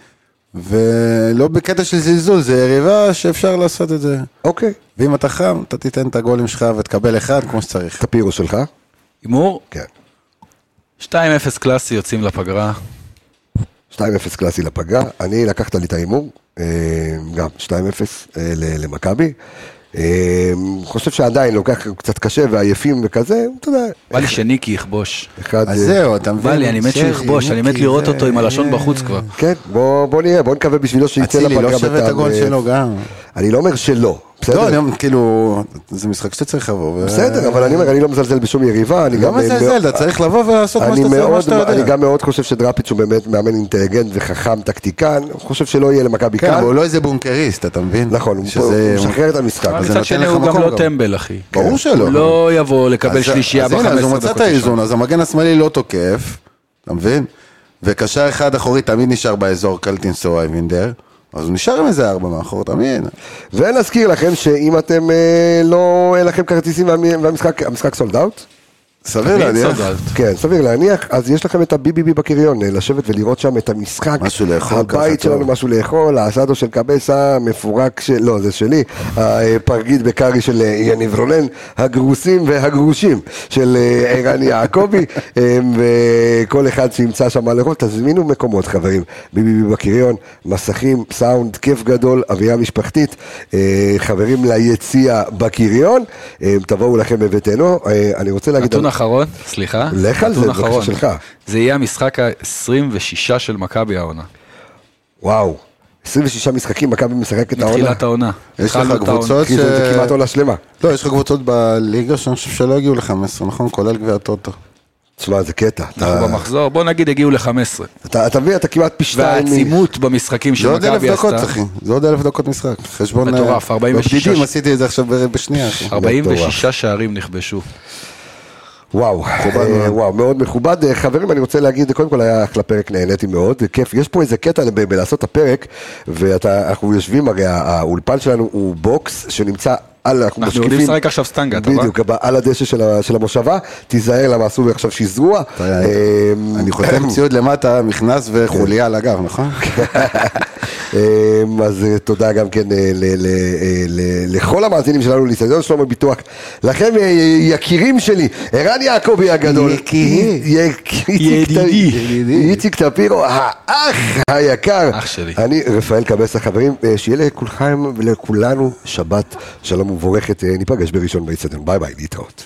ולא בקטע של זלזול, זה יריבה שאפשר לעשות את זה. אוקיי. ואם אתה חם, אתה תיתן את הגולים שלך ותקבל אחד כמו שצריך. את הפירוס שלך? הימור? כן. 2-0 קלאסי יוצאים לפגרה. 2-0 קלאסי לפגרה. אני לקחת לי את ההימור, גם 2-0 למכבי. חושב שעדיין לוקח קצת קשה ועייפים וכזה, אתה יודע. בא לי שניקי יכבוש. אז זהו, אתה מבין. בא לי, אני מת שיכבוש, אני מת לראות אותו עם הלשון בחוץ כבר. כן, בוא נראה, בוא נקווה בשבילו שיצא לפגרה. אצילי לא שווה את הגול שלו גם. אני לא אומר שלא. לא, אני כאילו, זה משחק שאתה צריך לבוא. בסדר, אבל אני אומר, אני לא מזלזל בשום יריבה. לא מזלזל, אתה צריך לבוא ולעשות מה שאתה יודע. אני גם מאוד חושב שדראפיץ' הוא באמת מאמן אינטליגנט וחכם, טקטיקן. אני חושב שלא יהיה למכבי קל. כן, אבל הוא לא איזה בונקריסט, אתה מבין? נכון, הוא משחרר את המשחק. מצד שני הוא גם לא טמבל, אחי. ברור שלא. הוא לא יבוא לקבל שלישייה ב-15 דקות. אז הוא מצא את האיזון, אז המגן השמאלי לא תוקף, אתה מבין? וקשר אחד אחורי תמיד נשאר באזור קלטינס או אייבינדר. אז הוא נשאר עם איזה 4 מאחור, תמיד. ונזכיר לכם שאם אתם לא, אין לכם כרטיסים והמשחק סולד אאוט, סביר להניח. כן, סביר להניח, אז יש לכם את הביביבי בקריון, לשבת ולראות שם את המשחק. משהו לאכול. הבית שלנו משהו לאכול, האסדו של קבסה, מפורק של, לא, זה שלי, הפרגיד בקרי של יניב רונן, הגרוסים והגרושים של ערן יעקבי, וכל אחד שימצא שם לאכול, תזמינו מקומות, חברים. ביביבי בקריון, מסכים, סאונד, כיף גדול, אווירה משפחתית, חברים ליציאה בקריון, תבואו לכם בביתנו. אני רוצה להגיד... אחרון, סליחה. לך על זה, נתון בבקשה אחרון. שלך. זה יהיה המשחק ה-26 של מכבי העונה. וואו, 26 משחקים, מכבי משחקת העונה. מתחילת העונה. יש לך קבוצות כי זה כמעט עונה שלמה. לא, יש לך קבוצות בליגה שאני חושב שלא הגיעו ל-15, נכון? כולל גביע הטוטו. תשמע, זה קטע. אנחנו במחזור, בוא נגיד הגיעו ל-15. אתה מבין, אתה כמעט פי 2. והעצימות במשחקים זה עוד 1,000 שמכבי דקות, עשתה. אחי. זה עוד 1,000 דקות משחק. חשבון... מטורף, 46. בבדידים עשיתי את זה עכשיו בשנייה, אחי. 46 שערים נכבשו. וואו, וואו, מאוד מכובד. חברים, אני רוצה להגיד, קודם כל היה אחלה פרק, נהניתי מאוד, כיף. יש פה איזה קטע בלעשות את הפרק, ואנחנו יושבים, הרי האולפן שלנו הוא בוקס שנמצא על, אנחנו יודעים לשחק עכשיו סטנגה, אתה בדיוק, על הדשא של המושבה, תיזהר למה עשו עכשיו שזרוע. אני חותם ציוד למטה, מכנס וחוליה על הגב, נכון? אז תודה גם כן לכל המאזינים שלנו, לאצטדיון שלמה ביטוח, לכם יקירים שלי, ערן יעקבי הגדול, ידידי, איציק טפירו, האח היקר, אח שלי. אני רפאל קבסה. חברים, שיהיה לכולכם ולכולנו שבת שלום ומבורכת, ניפגש בראשון באצטדיון, ביי ביי, להתראות.